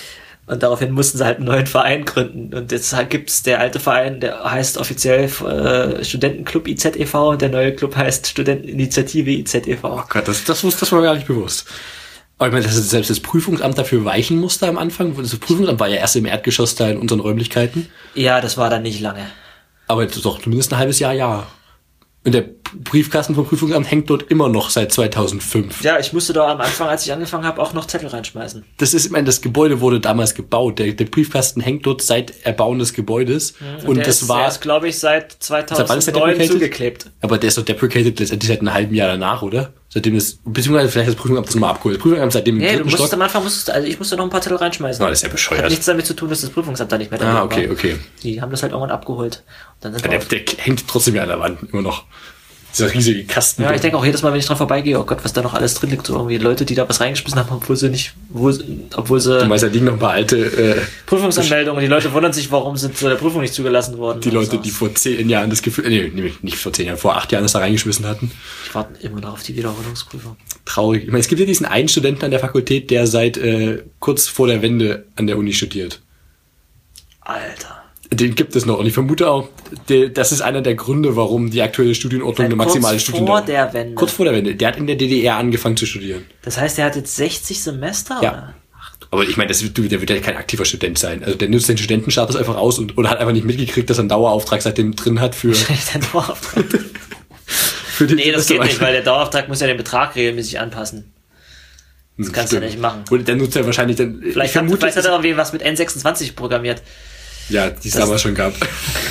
Und daraufhin mussten sie halt einen neuen Verein gründen. Und jetzt gibt's der alte Verein, der heißt offiziell äh, Studentenclub I Z e V und der neue Club heißt Studenteninitiative I Z e V. Oh Gott, das, das, wusste, das war mir gar nicht bewusst. Aber ich meine, dass selbst das Prüfungsamt dafür weichen musste am Anfang. Das Prüfungsamt war ja erst im Erdgeschoss da in unseren Räumlichkeiten. Ja, das war dann nicht lange. Aber doch zumindest ein halbes Jahr, ja. Und der Briefkasten vom Prüfungsamt hängt dort immer noch seit zweitausendfünf. Ja, ich musste da am Anfang, als ich angefangen habe, auch noch Zettel reinschmeißen. Das ist, ich meine, das Gebäude wurde damals gebaut. Der, der Briefkasten hängt dort seit Erbauen des Gebäudes. Mhm, und, und der das ist, war, der ist, glaube ich, seit zweitausendneun zugeklebt. Aber der ist doch deprecated letztendlich seit einem halben Jahr danach, oder? Seitdem das, beziehungsweise vielleicht das Prüfungsamt das mal abgeholt. Das Prüfungsamt seitdem nee, im du musstest Stock. am Anfang, musstest, also ich musste noch ein paar Zettel reinschmeißen. Oh, das ist ja bescheuert. Hat nichts damit zu tun, dass das Prüfungsamt da nicht mehr da Ah, okay, war. okay. Die haben das halt irgendwann abgeholt. Und dann sind Ja, wir der, der hängt trotzdem ja an der Wand, immer noch. Dieser riesige Kasten. Ja, ich denke auch jedes Mal, wenn ich dran vorbeigehe, oh Gott, was da noch alles drin liegt. So irgendwie Leute, die da was reingeschmissen haben, obwohl sie nicht, obwohl, obwohl sie... Du meinst, da liegen noch ein paar alte... Äh, Prüfungsanmeldungen. Die Leute wundern sich, warum sind zu der Prüfung nicht zugelassen worden. Die Leute, so. die vor zehn Jahren das Gefühl... Nee, nicht vor zehn Jahren, vor acht Jahren das da reingeschmissen hatten. Ich warte immer noch auf die Wiederholungsprüfung. Traurig. Ich meine, es gibt ja diesen einen Studenten an der Fakultät, der seit äh, kurz vor der Wende an der Uni studiert. Alter. Den gibt es noch. Und ich vermute auch, der, das ist einer der Gründe, warum die aktuelle Studienordnung eine maximale Studiendauer... Kurz vor der Wende. Kurz vor der Wende. Der hat in der D D R angefangen zu studieren. Das heißt, der hat jetzt sechzig Semester? Ja. Oder? Ach, Aber ich meine, das, der wird ja kein aktiver Student sein. Also der nutzt den Studentenstatus einfach aus und oder hat einfach nicht mitgekriegt, dass er einen Dauerauftrag seitdem drin hat für... der Dauerauftrag. für den Nee, das geht nicht, weil der Dauerauftrag muss ja den Betrag regelmäßig anpassen. Das kannst du ja nicht machen. Und der nutzt ja wahrscheinlich dann... Vielleicht, hat, vielleicht hat er irgendwie was mit N sechsundzwanzig programmiert. Ja, die es damals schon gab.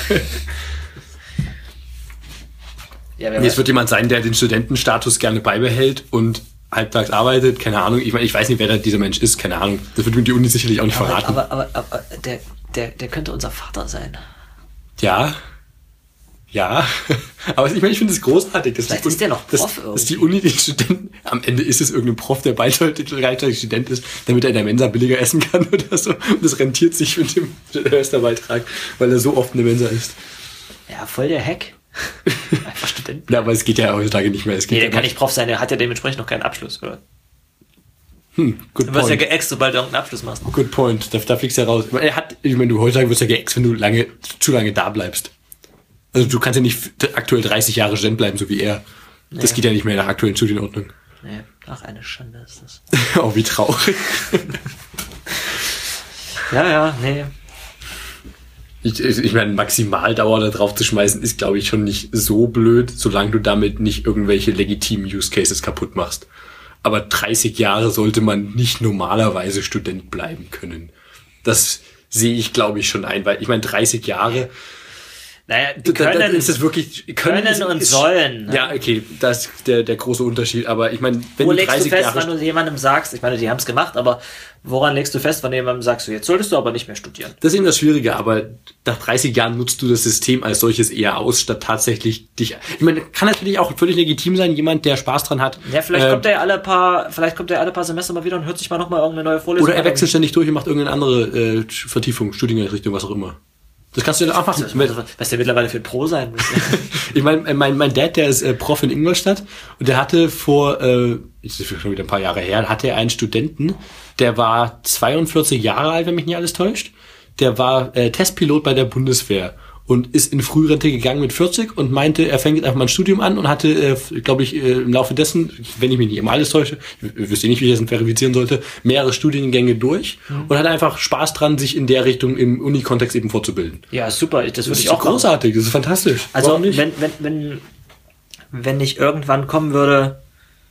Ja, nee, es wird jemand sein, der den Studentenstatus gerne beibehält und halbtags arbeitet, keine Ahnung. Ich meine, ich weiß nicht, wer da dieser Mensch ist, keine Ahnung. Das wird mir die Uni sicherlich auch nicht aber, verraten. Aber, aber, aber der, der, der könnte unser Vater sein. Ja. Ja. Aber ich meine, ich finde es großartig. Dass Vielleicht die, ist der noch Prof dass, dass die Uni den Studenten, am Ende ist es irgendein Prof, der gleichzeitig Student ist, damit er in der Mensa billiger essen kann oder so. Und das rentiert sich mit dem Semesterbeitrag, weil er so oft in der Mensa ist. Ja, voll der Hack. Einfach Student. Ja, aber es geht ja heutzutage nicht mehr. Es geht Nee, der ja kann nicht Prof sein, der hat ja dementsprechend noch keinen Abschluss, oder? Hm, good Du wirst ja point. geäxt, sobald du irgendeinen Abschluss machst. Good point. Da, da fliegst du ja raus. Er hat, ich meine, du heutzutage wirst ja geäxt, wenn du lange, zu lange da bleibst. Also du kannst ja nicht aktuell dreißig Jahre Student bleiben, so wie er. Das Nee. geht ja nicht mehr nach aktuellen Studienordnung. Nee, ach, eine Schande ist das. Oh, wie traurig. Ja, ja, nee. Ich, ich ich meine, Maximaldauer da drauf zu schmeißen, ist, glaube ich, schon nicht so blöd, solange du damit nicht irgendwelche legitimen Use Cases kaputt machst. Aber dreißig Jahre sollte man nicht normalerweise Student bleiben können. Das sehe ich, glaube ich, schon ein, weil ich meine, dreißig Jahre... Naja, Da, da, da können, ist es wirklich können ist, und ist, sollen. Ne? Ja, okay, das ist der, der große Unterschied. Aber ich meine, wenn Wo du legst du dreißig fest, Jahre... wenn du jemandem sagst, ich meine, die haben es gemacht, aber woran legst du fest, wenn du jemandem sagst, so, jetzt solltest du aber nicht mehr studieren? Das ist eben das Schwierige, aber nach dreißig Jahren nutzt du das System als solches eher aus, statt tatsächlich dich... Ich meine, kann natürlich auch völlig legitim sein, jemand, der Spaß dran hat. Ja, vielleicht äh, kommt er ja alle paar, vielleicht kommt er alle paar Semester mal wieder und hört sich mal nochmal irgendeine neue Vorlesung Oder er an. wechselt ständig durch und macht irgendeine andere äh, Vertiefung, Studienrichtung, was auch immer. Das kannst du dann auch machen. Was der mittlerweile für ein Pro sein muss. Ich meine, mein, mein Dad, der ist äh, Prof in Ingolstadt und der hatte vor, äh, das ist schon wieder ein paar Jahre her, hatte er einen Studenten, der war zweiundvierzig Jahre alt, wenn mich nicht alles täuscht. Der war äh, Testpilot bei der Bundeswehr und ist in Frührente gegangen mit vierzig und meinte, er fängt jetzt einfach mal ein Studium an und hatte, äh, glaube ich, äh, im Laufe dessen, wenn ich mich nicht immer alles täusche, ich wüsste nicht, wie ich das verifizieren sollte, mehrere Studiengänge durch mhm. und hat einfach Spaß dran, sich in der Richtung im Uni-Kontext eben fortzubilden. Ja, super, das, Das würde ist ich auch großartig, das ist fantastisch. Also, Warum nicht? wenn, wenn, wenn, wenn ich irgendwann kommen würde,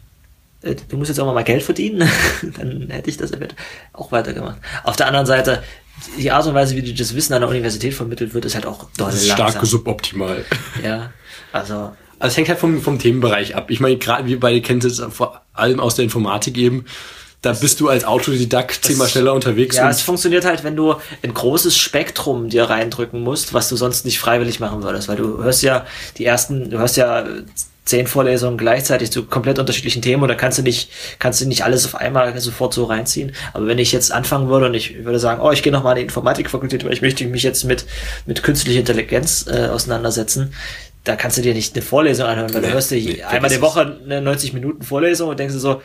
äh, du musst jetzt auch mal Geld verdienen, dann hätte ich das auch weitergemacht. Auf der anderen Seite, die Art und Weise, wie das Wissen an der Universität vermittelt wird, ist halt auch doll das ist langsam. stark suboptimal. Ja, also... Also es hängt halt vom, vom Themenbereich ab. Ich meine, gerade wir beide kennen es vor allem aus der Informatik eben. Da bist du als Autodidakt zehnmal schneller unterwegs. Ja, und es funktioniert halt, wenn du ein großes Spektrum dir reindrücken musst, was du sonst nicht freiwillig machen würdest. Weil du hörst ja die ersten, du hörst ja zehn Vorlesungen gleichzeitig zu komplett unterschiedlichen Themen und da kannst du nicht, kannst du nicht alles auf einmal sofort so reinziehen. Aber wenn ich jetzt anfangen würde und ich würde sagen, oh, ich gehe nochmal an die Informatikfakultät, weil ich möchte mich jetzt mit, mit künstlicher Intelligenz äh, auseinandersetzen, da kannst du dir nicht eine Vorlesung anhören, weil nee, du hörst dir nee, einmal die Woche eine neunzig Minuten Vorlesung und denkst du so,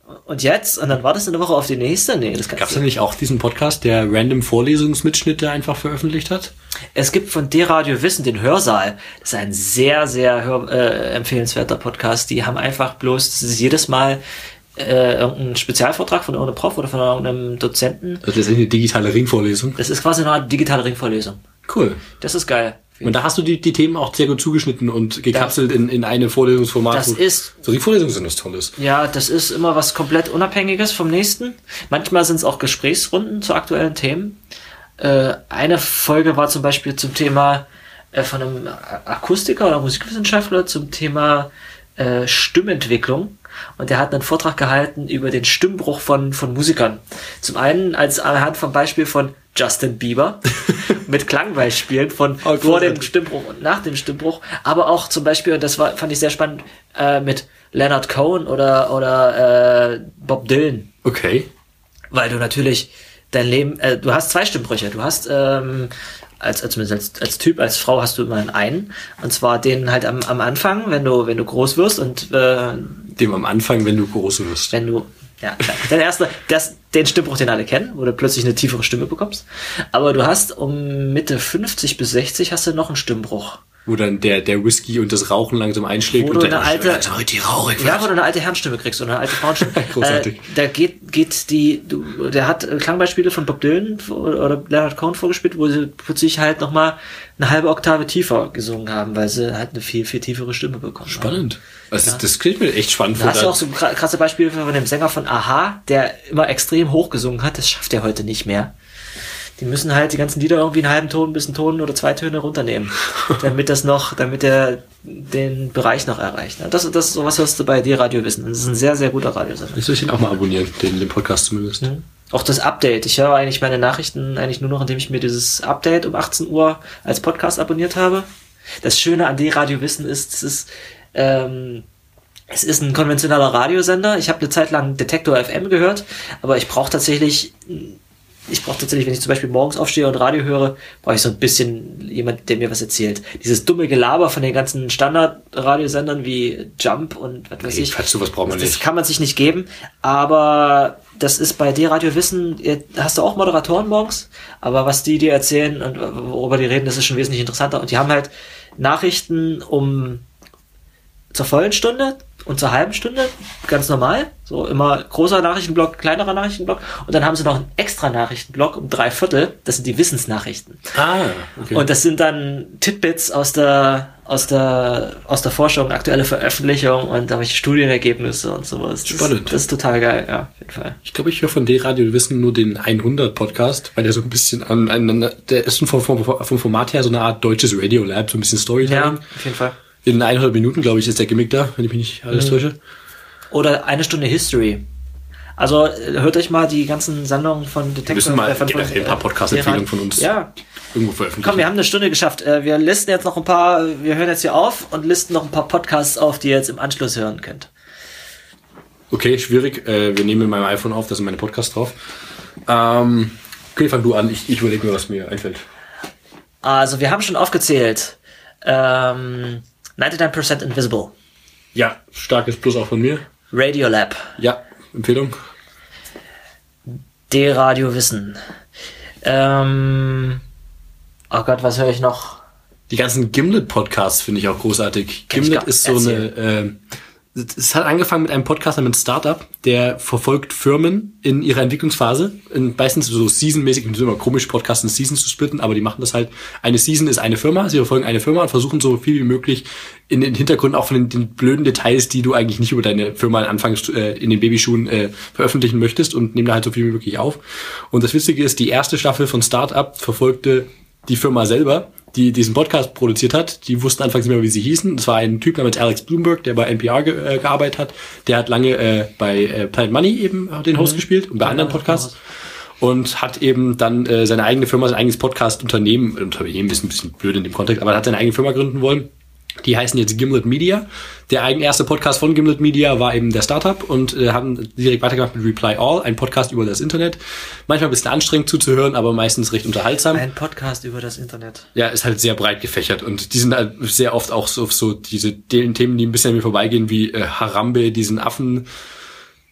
Und jetzt? Und dann wartest du eine Woche auf die nächste? Nee, das kannst Gab's da nicht auch diesen Podcast, der random Vorlesungsmitschnitte einfach veröffentlicht hat? Es gibt von D-Radio Wissen den Hörsaal. Das ist ein sehr, sehr hör- äh, empfehlenswerter Podcast. Die haben einfach bloß, das ist jedes Mal äh, irgendein Spezialvortrag von irgendeinem Prof oder von irgendeinem Dozenten. Das ist eine digitale Ringvorlesung. Das ist quasi eine Art digitale Ringvorlesung. Cool. Das ist geil. Und da hast du die, die Themen auch sehr gut zugeschnitten und gekapselt in, in eine Vorlesungsformat. Das ist, so Ringvorlesungen sind was Tolles. ja, das ist immer was komplett Unabhängiges vom nächsten. Manchmal sind es auch Gesprächsrunden zu aktuellen Themen. Äh, eine Folge war zum Beispiel zum Thema äh, von einem Akustiker oder Musikwissenschaftler zum Thema äh, Stimmentwicklung. Und der hat einen Vortrag gehalten über den Stimmbruch von, von Musikern. Zum einen als anhand vom Beispiel von Justin Bieber mit Klangbeispielen von oh, vor dem Stimmbruch und nach dem Stimmbruch, aber auch zum Beispiel, und das war, fand ich sehr spannend, äh, mit Leonard Cohen oder, oder äh, Bob Dylan. Okay. Weil du natürlich dein Leben, äh, du hast zwei Stimmbrüche. Du hast ähm, als, als, als, als Typ, als Frau hast du immer einen, und zwar den halt am, am Anfang, wenn du, wenn du groß wirst und äh, dem am Anfang, wenn du groß wirst. Wenn du, ja, klar. Der erste, das, den Stimmbruch, den alle kennen, wo du plötzlich eine tiefere Stimme bekommst. Aber du hast um Mitte fünfzig bis sechzig hast du noch einen Stimmbruch. Wo dann der, der Whisky und das Rauchen langsam einschlägt. Wo und du dann eine alte, langsam richtig rauchig ja, wo du eine alte Herrenstimme kriegst oder eine alte Frauenstimme. Großartig. Äh, da geht, geht die, du, der hat Klangbeispiele von Bob Dylan oder Leonard Cohen vorgespielt, wo sie plötzlich halt nochmal eine halbe Oktave tiefer gesungen haben, weil sie halt eine viel, viel tiefere Stimme bekommen. Spannend. Also ja. das, das klingt mir echt spannend vor. Da hast du auch so krasse Beispiele von dem Sänger von Aha, der immer extrem hoch gesungen hat. Das schafft er heute nicht mehr. Die müssen halt die ganzen Lieder irgendwie einen halben Ton bis einen Ton oder zwei Töne runternehmen, damit das noch, damit er den Bereich noch erreicht. Das, das, sowas hörst du bei D-Radio Wissen. Das ist ein sehr, sehr guter Radiosender. Ich soll ihn auch mal abonnieren, den, den Podcast zumindest. Mhm. Auch das Update. Ich höre eigentlich meine Nachrichten eigentlich nur noch, indem ich mir dieses Update um achtzehn Uhr als Podcast abonniert habe. Das Schöne an D-Radio Wissen ist, es ist, ähm, es ist ein konventioneller Radiosender. Ich habe eine Zeit lang Detektor F M gehört, aber ich brauche tatsächlich Ich brauche tatsächlich, wenn ich zum Beispiel morgens aufstehe und Radio höre, brauche ich so ein bisschen jemand, der mir was erzählt. Dieses dumme Gelaber von den ganzen Standard-Radiosendern wie Jump und was weiß nee, ich. Falls sowas braucht man das nicht. kann man sich nicht geben. Aber das ist bei D-Radio Wissen, hast du auch Moderatoren morgens, aber was die dir erzählen und worüber die reden, das ist schon wesentlich interessanter. Und die haben halt Nachrichten um zur vollen Stunde und zur halben Stunde, ganz normal, so immer großer Nachrichtenblock, kleinerer Nachrichtenblock, und dann haben sie noch einen extra Nachrichtenblock um drei Viertel, das sind die Wissensnachrichten. Ah, okay. Und das sind dann Titbits aus der, aus der, aus der Forschung, aktuelle Veröffentlichung und irgendwelche Studienergebnisse und sowas. Das, Spannend. Das ist total geil, ja, auf jeden Fall. Ich glaube, ich höre von D-Radio Wissen nur den hundert Podcast, weil der so ein bisschen an, an der ist vom, vom, vom Format her so eine Art deutsches Radio Lab, so ein bisschen Storytelling. Ja, auf jeden Fall. In hundert Minuten, glaube ich, ist der Gimmick da, wenn ich mich nicht alles mhm. täusche. Oder eine Stunde History. Also hört euch mal die ganzen Sendungen von Detektor. Wir müssen mal äh, von, generell ein paar Podcast-Empfehlungen von uns ja. irgendwo veröffentlichen. Komm, wir haben eine Stunde geschafft. Wir listen jetzt noch ein paar, wir hören jetzt hier auf und listen noch ein paar Podcasts auf, die ihr jetzt im Anschluss hören könnt. Okay, schwierig. Wir nehmen mit meinem iPhone auf, da sind meine Podcasts drauf. Ähm, okay, fang du an. Ich, ich überlege mir, was mir einfällt. Also wir haben schon aufgezählt. Ähm... neunundneunzig Prozent Invisible. Ja, starkes Plus auch von mir. Radiolab. Ja, Empfehlung. D-Radio Wissen. Ähm, oh Gott, was höre ich noch? Die ganzen Gimlet-Podcasts finde ich auch großartig. Kenn Gimlet ist so erzählen. eine... Äh, es hat angefangen mit einem Podcast mit Startup, der verfolgt Firmen in ihrer Entwicklungsphase. In, meistens so seasonmäßig, es ist immer komisch, Podcasts in Seasons zu splitten, aber die machen das halt. Eine Season ist eine Firma, sie verfolgen eine Firma und versuchen so viel wie möglich in den Hintergrund auch von den, den blöden Details, die du eigentlich nicht über deine Firma anfangs äh, in den Babyschuhen äh, veröffentlichen möchtest, und nehmen da halt so viel wie möglich auf. Und das Witzige ist, die erste Staffel von Startup verfolgte die Firma selber, die diesen Podcast produziert hat. Die wussten anfangs nicht mehr, wie sie hießen. Das war ein Typ namens Alex Bloomberg, der bei N P R ge äh, gearbeitet hat. Der hat lange äh, bei äh, Planet Money eben den Host mhm. gespielt und bei ja, anderen Podcasts. Und hat eben dann äh, seine eigene Firma, sein eigenes Podcast-Unternehmen, Unternehmen ist ein bisschen blöd in dem Kontext, aber er hat seine eigene Firma gründen wollen. Die heißen jetzt Gimlet Media. Der eigen erste Podcast von Gimlet Media war eben der Startup, und äh, haben direkt weitergemacht mit Reply All, ein Podcast über das Internet. Manchmal ein bisschen anstrengend zuzuhören, aber meistens recht unterhaltsam. Ein Podcast über das Internet. Ja, ist halt sehr breit gefächert, und die sind halt sehr oft auch so, so diese Themen, die ein bisschen an mir vorbeigehen, wie äh, Harambe, diesen Affen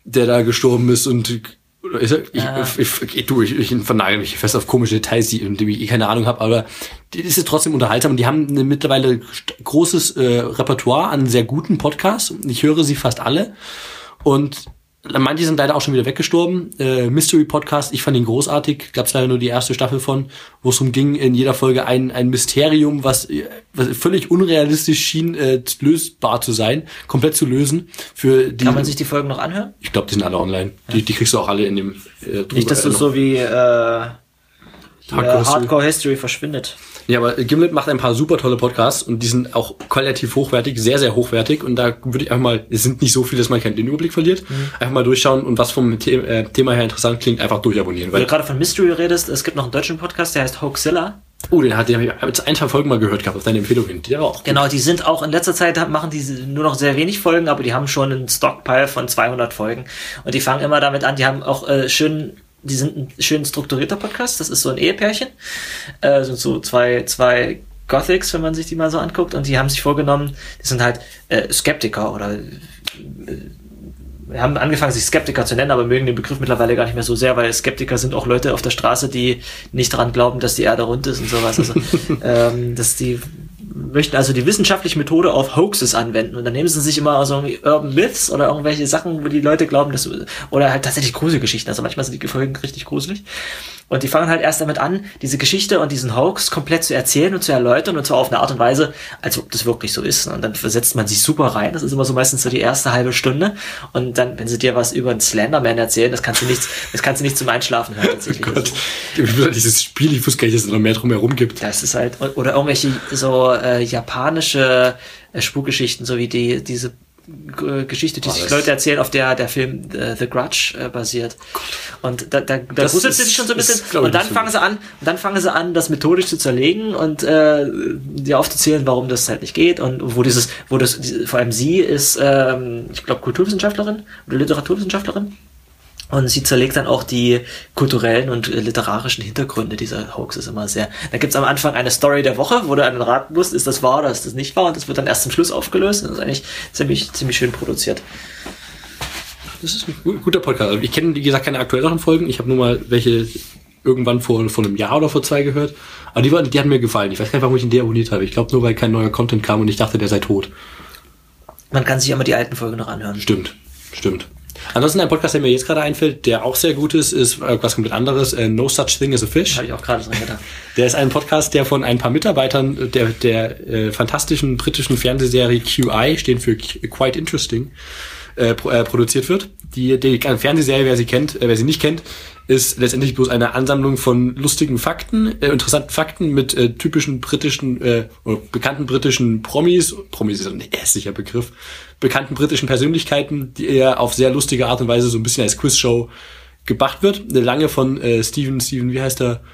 der da gestorben ist und ich, ich, Ja. ich, ich, ich, du, ich, ich vernagel mich fest auf komische Details, die, die ich keine Ahnung habe, aber die ist jetzt trotzdem unterhaltsam und die haben eine mittlerweile st- großes äh, Repertoire an sehr guten Podcasts. Ich höre sie fast alle und manche sind leider auch schon wieder weggestorben. Äh, Mystery Podcast, ich fand ihn großartig. Gab es leider nur die erste Staffel von, wo es darum ging, in jeder Folge ein ein Mysterium, was, was völlig unrealistisch schien, äh, lösbar zu sein, komplett zu lösen. Für die, Kann man sich die Folgen noch anhören? ich glaube, die sind alle online. Die, die kriegst du auch alle in dem. Äh, Nicht, dass du äh, so wie äh, Hardcore Hardcore, History. Hardcore History verschwindet. Ja, aber Gimlet macht ein paar super tolle Podcasts und die sind auch qualitativ hochwertig, sehr, sehr hochwertig. Und da würde ich einfach mal, es sind nicht so viele, dass man keinen den Überblick verliert, mhm. einfach mal durchschauen und was vom The- äh, Thema her interessant klingt, einfach durchabonnieren. Weil Weil, du gerade von Mystery redest, es gibt noch einen deutschen Podcast, der heißt Hoaxilla. oh, den hat den habe ich jetzt ein, zwei Folgen mal gehört gehabt, auf deine Empfehlung hin. Der war auch gut. Genau, die sind auch in letzter Zeit, machen die nur noch sehr wenig Folgen, aber die haben schon einen Stockpile von zweihundert Folgen. Und die fangen immer damit an, die haben auch äh, schön, die sind ein schön strukturierter Podcast, das ist so ein Ehepärchen. Äh, sind so zwei, zwei Gothics, wenn man sich die mal so anguckt, und die haben sich vorgenommen, die sind halt äh, Skeptiker oder äh, wir haben angefangen, sich Skeptiker zu nennen, aber mögen den Begriff mittlerweile gar nicht mehr so sehr, weil Skeptiker sind auch Leute auf der Straße, die nicht daran glauben, dass die Erde rund ist und sowas. Also, ähm, dass die möchten also die wissenschaftliche Methode auf Hoaxes anwenden, und dann nehmen sie sich immer so Urban Myths oder irgendwelche Sachen, wo die Leute glauben, dass, oder halt tatsächlich Gruselgeschichten, also manchmal sind die Folgen richtig gruselig. Und die fangen halt erst damit an, diese Geschichte und diesen Hoax komplett zu erzählen und zu erläutern, und zwar auf eine Art und Weise, als ob das wirklich so ist. Und dann versetzt man sich super rein. Das ist immer so meistens so die erste halbe Stunde. Und dann, wenn sie dir was über einen Slenderman erzählen, das kannst du nicht, das kannst du nicht zum Einschlafen hören, tatsächlich. Oh Gott. Ich will dieses Spiel, ich wusste gar nicht, dass es noch mehr drumherum gibt. Das ist halt, oder irgendwelche so äh, japanische äh, Spukgeschichten, so wie die, diese äh, Geschichte, die Oh, sich das- Leute erzählen, auf der der Film äh, The Grudge äh, basiert. Und da, da, da Das gruselt sie ist- sich schon so ein ist, bisschen. glaub ich, Und dann nicht so fangen sie an, und dann fangen sie an, das methodisch zu zerlegen und äh, dir aufzuzählen, warum das halt nicht geht, und wo dieses, wo das, diese, vor allem sie ist, ähm, ich glaube, Kulturwissenschaftlerin oder Literaturwissenschaftlerin. Und sie zerlegt dann auch die kulturellen und äh, literarischen Hintergründe dieser Hoaxes immer sehr. Da gibt's am Anfang eine Story der Woche, wo du einen raten musst, ist das wahr oder ist das nicht wahr, und das wird dann erst zum Schluss aufgelöst. Das ist eigentlich ziemlich, ziemlich schön produziert. Das ist ein gu- guter Podcast. Ich kenne, wie gesagt, keine aktuelleren Folgen. Ich habe nur mal welche irgendwann vor, vor einem Jahr oder vor zwei gehört. Aber die, waren, die haben mir gefallen. Ich weiß gar nicht, warum ich den abonniert habe. Ich glaube nur, weil kein neuer Content kam und ich dachte, der sei tot. Man kann sich immer die alten Folgen noch anhören. Stimmt, stimmt. Ansonsten ein Podcast, der mir jetzt gerade einfällt, der auch sehr gut ist, ist äh, was komplett anderes. Äh, No Such Thing as a Fish. Habe ich auch gerade dran gedacht. Der ist ein Podcast, der von ein paar Mitarbeitern der, der äh, fantastischen britischen Fernsehserie Q I, stehen für Qu- Quite Interesting, äh, pro, äh, produziert wird. Die, die Fernsehserie, wer sie kennt, äh, wer sie nicht kennt, ist letztendlich bloß eine Ansammlung von lustigen Fakten, äh, interessanten Fakten mit äh, typischen britischen äh, oder bekannten britischen Promis. Promis ist ein hässlicher Begriff. Bekannten britischen Persönlichkeiten, die eher auf sehr lustige Art und Weise so ein bisschen als Quizshow gemacht wird. Eine lange von äh, Stephen, Stephen, wie heißt er?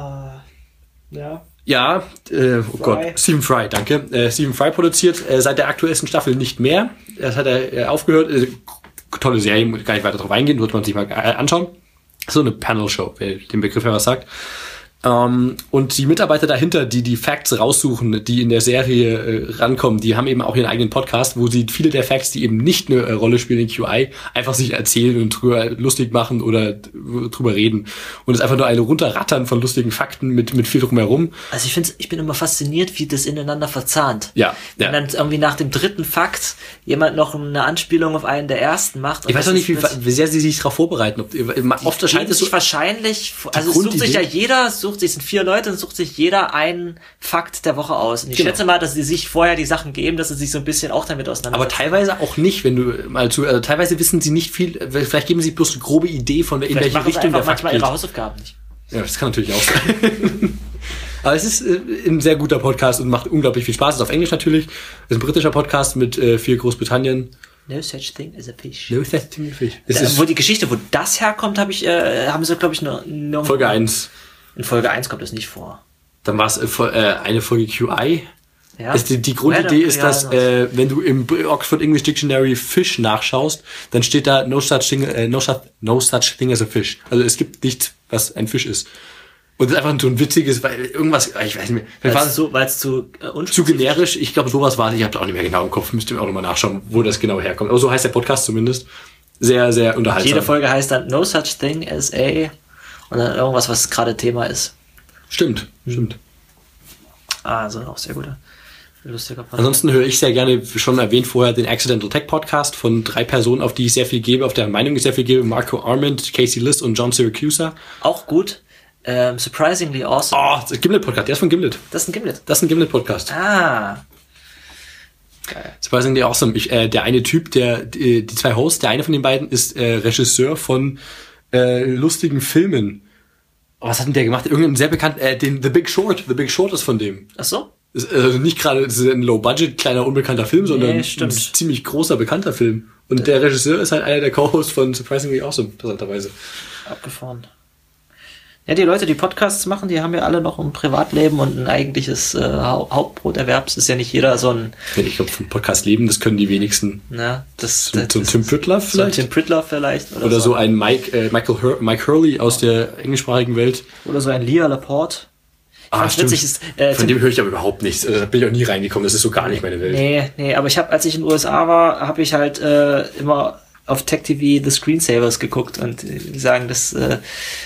Uh, ja. Ja, äh, oh Fry. Gott, Stephen Fry, danke. Äh, Stephen Fry produziert äh, seit der aktuellsten Staffel nicht mehr. Das hat er äh, aufgehört. Äh, tolle Serie, muss ich gar nicht weiter drauf eingehen, wird man sich mal äh, anschauen. So eine Panel-Show, wer den Begriff ja was sagt. Ähm, und die Mitarbeiter dahinter, die die Facts raussuchen, die in der Serie äh, rankommen, die haben eben auch ihren eigenen Podcast, wo sie viele der Facts, die eben nicht eine äh, Rolle spielen in Q I, einfach sich erzählen und drüber lustig machen oder d- drüber reden. Und es ist einfach nur ein Runterrattern von lustigen Fakten mit, mit viel drumherum. Also ich finde, ich bin immer fasziniert, wie das ineinander verzahnt. Ja, Wenn ja. dann irgendwie nach dem dritten Fakt jemand noch eine Anspielung auf einen der ersten macht. und Ich weiß das auch nicht, wie, ist- das- wie sehr sie sich darauf vorbereiten. Ob, oft erscheint geben es so, sich wahrscheinlich, also es sucht sich Grundidee. ja jeder, sucht sich, es sind vier Leute, und sucht sich jeder einen Fakt der Woche aus. Und ich Genau. schätze mal, dass sie sich vorher die Sachen geben, dass sie sich so ein bisschen auch damit aber auseinandersetzen. teilweise auch nicht, wenn du mal zu, also teilweise wissen sie nicht viel, vielleicht geben sie bloß eine grobe Idee von in Vielleicht welche machen sie Richtung der einfach Fakt manchmal geht. ihre Hausaufgaben nicht. Ja, das kann natürlich auch sein. Aber es ist äh, ein sehr guter Podcast und macht unglaublich viel Spaß. Es ist auf Englisch natürlich. Es ist ein britischer Podcast mit äh, viel Großbritannien. No such thing as a fish. No such thing as a fish. Es Da, ist wo die Geschichte, wo das herkommt, habe ich, äh, haben sie, glaube ich, nur, nur Folge eins. In Folge eins kommt das nicht vor. Dann war es äh, Fol- äh, eine Folge Q I. Ja? Es, die, die Woher Grundidee dann- ist, ja, dass sonst- äh, wenn du im Oxford English Dictionary Fish nachschaust, dann steht da no such thing, äh, no such, no such thing as a fish. Also es gibt nichts, was ein Fisch ist. Und das ist einfach so ein witziges, weil irgendwas, ich weiß nicht mehr, vielleicht war Weil es es zu, weil es zu äh, zu unspezifisch- generisch. Ich glaube, sowas war, ich habe auch nicht mehr genau im Kopf, müsst ihr auch nochmal nachschauen, wo das genau herkommt. Aber so heißt der Podcast zumindest. sehr, sehr unterhaltsam. Jede Folge heißt dann No Such Thing as a und dann irgendwas, was gerade Thema ist. Stimmt, stimmt. Ah, also auch sehr guter, lustiger Podcast. Ansonsten höre ich sehr gerne, wie schon erwähnt vorher, den Accidental Tech Podcast von drei Personen, auf die ich sehr viel gebe, auf deren Meinung ich sehr viel gebe. Marco Arment, Casey Liss und John Siracusa. Auch gut. Ähm, surprisingly awesome. Oh, das Gimlet Podcast, der ist von Gimlet. Das ist ein Gimlet. Das ist ein Gimlet Podcast. Ah. Geil. Surprisingly awesome. Ich, äh, der eine Typ, der die, die zwei Hosts, der eine von den beiden ist äh, Regisseur von äh, lustigen Filmen. Oh, was hat denn der gemacht? Irgendein sehr bekannt, äh, den The Big Short. The Big Short ist von dem. Ach so? Ist, also nicht gerade ist ein Low-Budget, kleiner, unbekannter Film, nee, sondern stimmt. ein ziemlich großer, bekannter Film. Und der Regisseur ist halt einer der Co-Hosts von Surprisingly Awesome, interessanterweise. Abgefahren. Ja, die Leute, die Podcasts machen, die haben ja alle noch ein Privatleben und ein eigentliches äh, Hau- Hauptbroterwerb. Es ist ja nicht jeder so ein... Ich glaube, vom Podcast leben, das können die wenigsten. Na, das, so, das, so ein Tim Pritloff vielleicht? So ein Tim Pritloff vielleicht. Oder, oder so, so ein Mike, äh, Michael Hur- Mike Hurley aus der englischsprachigen Welt. Oder so ein Lia Laporte. Ah, stimmt. Witzig ist, äh, Von Tim, dem höre ich aber überhaupt nichts. Also, da bin ich auch nie reingekommen. Das ist so gar nicht meine Welt. Nee, nee, aber ich habe, als ich in den U S A war, habe ich halt äh, immer auf Tech T V The Screensavers geguckt und äh, die sagen, dass äh,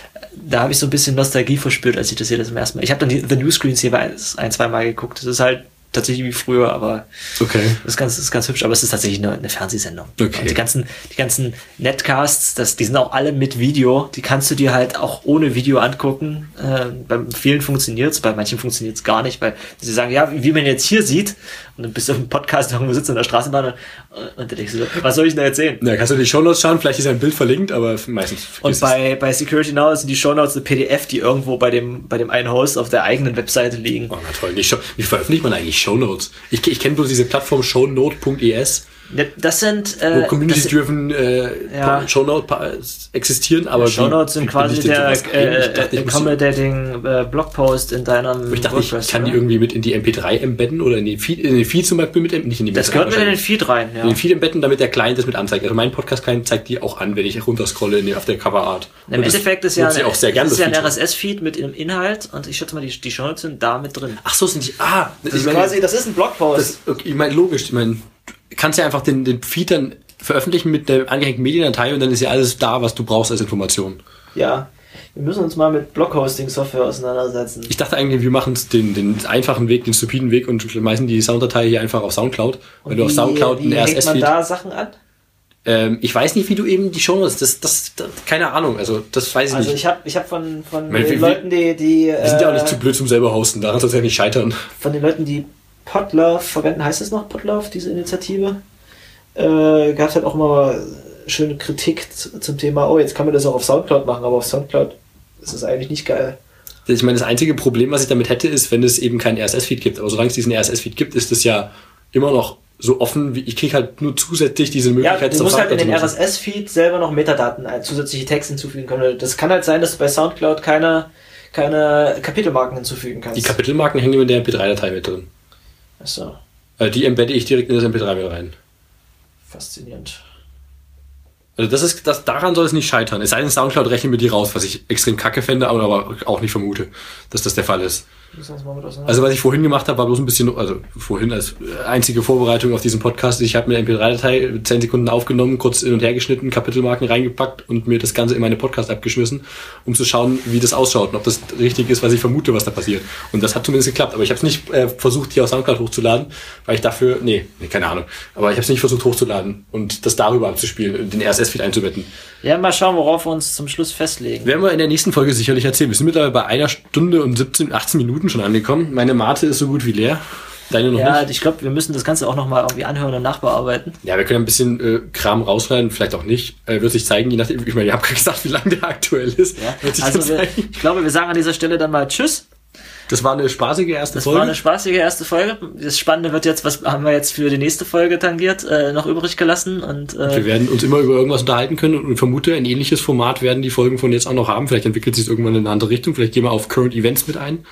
da habe ich so ein bisschen Nostalgie verspürt, als ich das hier das erste Mal. Ich habe dann die, The New Screensaver ein, ein, zwei Mal geguckt. Das ist halt tatsächlich wie früher, aber okay. das ist ganz, das ist ganz hübsch, aber es ist tatsächlich eine, eine Fernsehsendung. Okay. Und die ganzen, die ganzen Netcasts, das, die sind auch alle mit Video, die kannst du dir halt auch ohne Video angucken. Äh, bei vielen funktioniert's, bei manchen funktioniert's gar nicht, weil sie sagen, ja, wie man jetzt hier sieht, und dann bist du auf dem Podcast irgendwo sitzt in der Straßenbahn und, und dann denkst du so, was soll ich denn da jetzt sehen? Ja, kannst du die Shownotes schauen, vielleicht ist ein Bild verlinkt, aber meistens Und bei, bei Security Now sind die Shownotes eine P D F, die irgendwo bei dem, bei dem einen Host auf der eigenen Webseite liegen. Oh, na toll. Wie, wie veröffentlicht man eigentlich Shownotes? Ich, ich kenne bloß diese Plattform shownote punkt e s. Das sind äh, wo community-driven äh, ja. Shownotes existieren, aber Shownotes sind quasi der äh, accommodating äh, Blogpost in deinem ich dachte, ich kann die irgendwie mit in die M P drei embedden oder in den Feed, in den Feed zum Beispiel mit, nicht in die Das gehört mit in den Feed rein, ja. In den Feed embedden, damit der Client das mit anzeigt. Also mein Podcast-Client zeigt die auch an, wenn ich runterscrolle in die, auf der Coverart. Im und Endeffekt ist ja, ein, auch sehr gern, das ist ja ein Feature. R S S-Feed mit einem Inhalt und ich schätze mal, die, die Shownotes sind da mit drin. Ach so, sind die, ah, das ist meine, quasi, das ist ein Blogpost. Das, okay, ich meine, logisch, ich meine, du kannst ja einfach den, den Feed dann veröffentlichen mit der angehängten Mediendatei und dann ist ja alles da, was du brauchst als Information. Ja, wir müssen uns mal mit Blog-Hosting-Software auseinandersetzen. Ich dachte eigentlich, wir machen es den, den einfachen Weg, den stupiden Weg und schmeißen die Sounddatei hier einfach auf Soundcloud. Und wenn du auf Soundcloud wie ein R S S-Feed... hängt man da Sachen an? Ähm, ich weiß nicht, wie du eben die Shownotes, das, das, das, keine Ahnung, also das weiß ich also nicht. Also ich habe ich hab von, von meine, den wir, Leuten, die... die wir sind ja auch äh, nicht zu blöd zum selber hosten, daran soll es ja nicht scheitern. Von den Leuten, die Podlove verwenden, heißt es noch Podlove, diese Initiative? Äh, gab es halt auch mal schöne Kritik zum Thema, oh, jetzt kann man das auch auf Soundcloud machen, aber auf Soundcloud ist das eigentlich nicht geil. Ich meine, das einzige Problem, was ich damit hätte, ist, wenn es eben keinen R S S-Feed gibt. Aber solange es diesen R S S-Feed gibt, ist es ja immer noch so offen, wie ich kriege halt nur zusätzlich diese Möglichkeit. Ja, du musst halt in den R S S-Feed selber noch Metadaten, ein, zusätzliche Texte hinzufügen können. Das kann halt sein, dass du bei Soundcloud keine, keine Kapitelmarken hinzufügen kannst. Die Kapitelmarken hängen in der M P drei Datei mit drin. Achso. Also die embedde ich direkt in das M P drei mit rein. Faszinierend. Also das ist, das, daran soll es nicht scheitern. Es sei denn, Soundcloud rechnet mir die raus, was ich extrem kacke fände, aber, aber auch nicht vermute, dass das der Fall ist. Also was ich vorhin gemacht habe, war bloß ein bisschen, also vorhin als einzige Vorbereitung auf diesen Podcast, ich habe mir eine M P drei Datei zehn Sekunden aufgenommen, kurz hin und her geschnitten, Kapitelmarken reingepackt und mir das Ganze in meine Podcast-App geschmissen, um zu schauen, wie das ausschaut und ob das richtig ist, was ich vermute, was da passiert. Und das hat zumindest geklappt, aber ich habe es nicht äh, versucht, hier auf Soundcloud hochzuladen, weil ich dafür, nee, nee keine Ahnung, aber ich habe es nicht versucht hochzuladen und das darüber abzuspielen und den R S S-Feed einzubetten. Ja, mal schauen, worauf wir uns zum Schluss festlegen. Werden wir in der nächsten Folge sicherlich erzählen. Wir sind mittlerweile bei einer Stunde und siebzehn, achtzehn Minuten schon angekommen. Meine Mate ist so gut wie leer. Deine noch ja, nicht? ich glaube, wir müssen das Ganze auch nochmal irgendwie anhören und nachbearbeiten. Ja, wir können ein bisschen äh, Kram rausschneiden, vielleicht auch nicht. Äh, wird sich zeigen, je nachdem. Ich meine, ich habe gerade gesagt, wie lange der aktuell ist. Ja. Wird sich also wir, ich glaube, wir sagen an dieser Stelle dann mal Tschüss. Das war eine spaßige erste das Folge. Das war eine spaßige erste Folge. Das Spannende wird jetzt, was haben wir jetzt für die nächste Folge tangiert, äh, noch übrig gelassen. Und, äh, wir werden uns immer über irgendwas unterhalten können und ich vermute, ein ähnliches Format werden die Folgen von jetzt auch noch haben. Vielleicht entwickelt sich irgendwann in eine andere Richtung. Vielleicht gehen wir auf Current Events mit ein.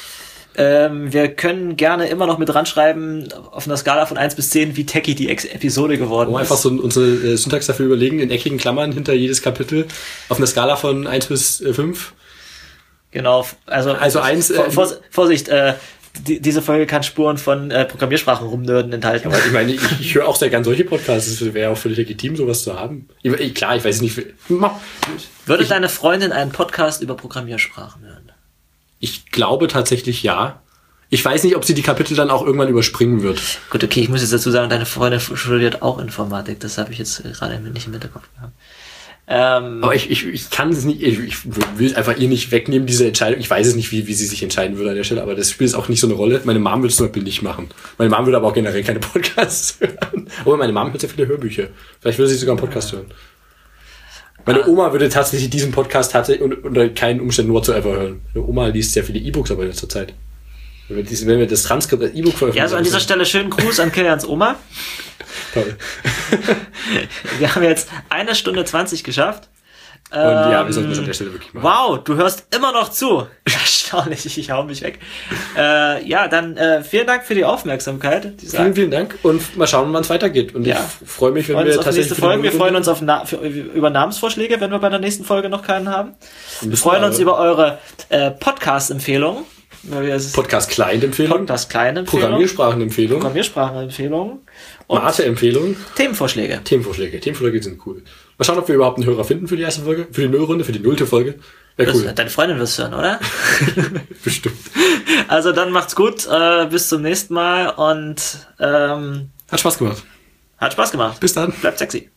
Ähm, wir können gerne immer noch mit ranschreiben, auf einer Skala von eins bis zehn, wie techy die Ex- Episode geworden um ist. Einfach so unsere äh, Syntax dafür überlegen, in eckigen Klammern hinter jedes Kapitel, auf einer Skala von eins bis fünf. Genau, also, also eins, äh, Vors- Vorsicht, äh, die, diese Folge kann Spuren von äh, Programmiersprachen rumnörden enthalten. Aber ich meine, ich, ich höre auch sehr gern solche Podcasts. Es wäre auch völlig legitim, sowas zu haben. Ich, klar, ich weiß nicht. Würde ich, deine Freundin einen Podcast über Programmiersprachen hören? Ich glaube tatsächlich ja. Ich weiß nicht, ob sie die Kapitel dann auch irgendwann überspringen wird. Gut, okay, ich muss jetzt dazu sagen, deine Freundin studiert auch Informatik. Das habe ich jetzt gerade nicht im Hinterkopf gehabt. Ähm, Aber ich, ich, ich kann es nicht, ich, ich will einfach ihr nicht wegnehmen, diese Entscheidung. Ich weiß es nicht, wie, wie sie sich entscheiden würde an der Stelle, aber das spielt auch nicht so eine Rolle. Meine Mom würde es zum Beispiel nicht machen. Meine Mom würde aber auch generell keine Podcasts hören. Aber meine Mom hört sehr viele Hörbücher. Vielleicht würde sie sogar einen Podcast hören. Meine Oma würde tatsächlich diesen Podcast hatte und unter keinen Umständen whatsoever hören. Meine Oma liest sehr viele E-Books aber in letzter Zeit. Wenn wir, diese, wenn wir das Transkript als E-Book veröffentlichen. Ja, also an dieser Stelle schönen Gruß an Kilians Oma. Toll. Wir haben jetzt eine Stunde zwanzig geschafft. Und ähm, ja, wir sollten das an der Stelle wirklich machen. Wow, du hörst immer noch zu. Erstaunlich, ich hau mich weg. Äh, ja, dann äh, vielen Dank für die Aufmerksamkeit. Vielen, vielen Dank und mal schauen, wann es weitergeht. Und ja. ich freue mich, wenn wir tatsächlich... Nächste Folge. Wir freuen uns auf Na- für, über Namensvorschläge, wenn wir bei der nächsten Folge noch keinen haben. Wir freuen uns über eure äh, Podcast-Empfehlungen. Podcast-Client-Empfehlung. Podcast-Client-Empfehlung. Programmiersprachen-Empfehlung. Programmiersprachen-Empfehlung. Mate-Empfehlung. Themenvorschläge. Themenvorschläge. Themenvorschläge sind cool. Mal schauen, ob wir überhaupt einen Hörer finden für die erste Folge. Für die Nullrunde, für die nullte Folge. Wäre cool. Deine Freundin wirst hören, oder? Bestimmt. Also dann macht's gut. Äh, bis zum nächsten Mal und ähm, hat Spaß gemacht. Hat Spaß gemacht. Bis dann. Bleibt sexy.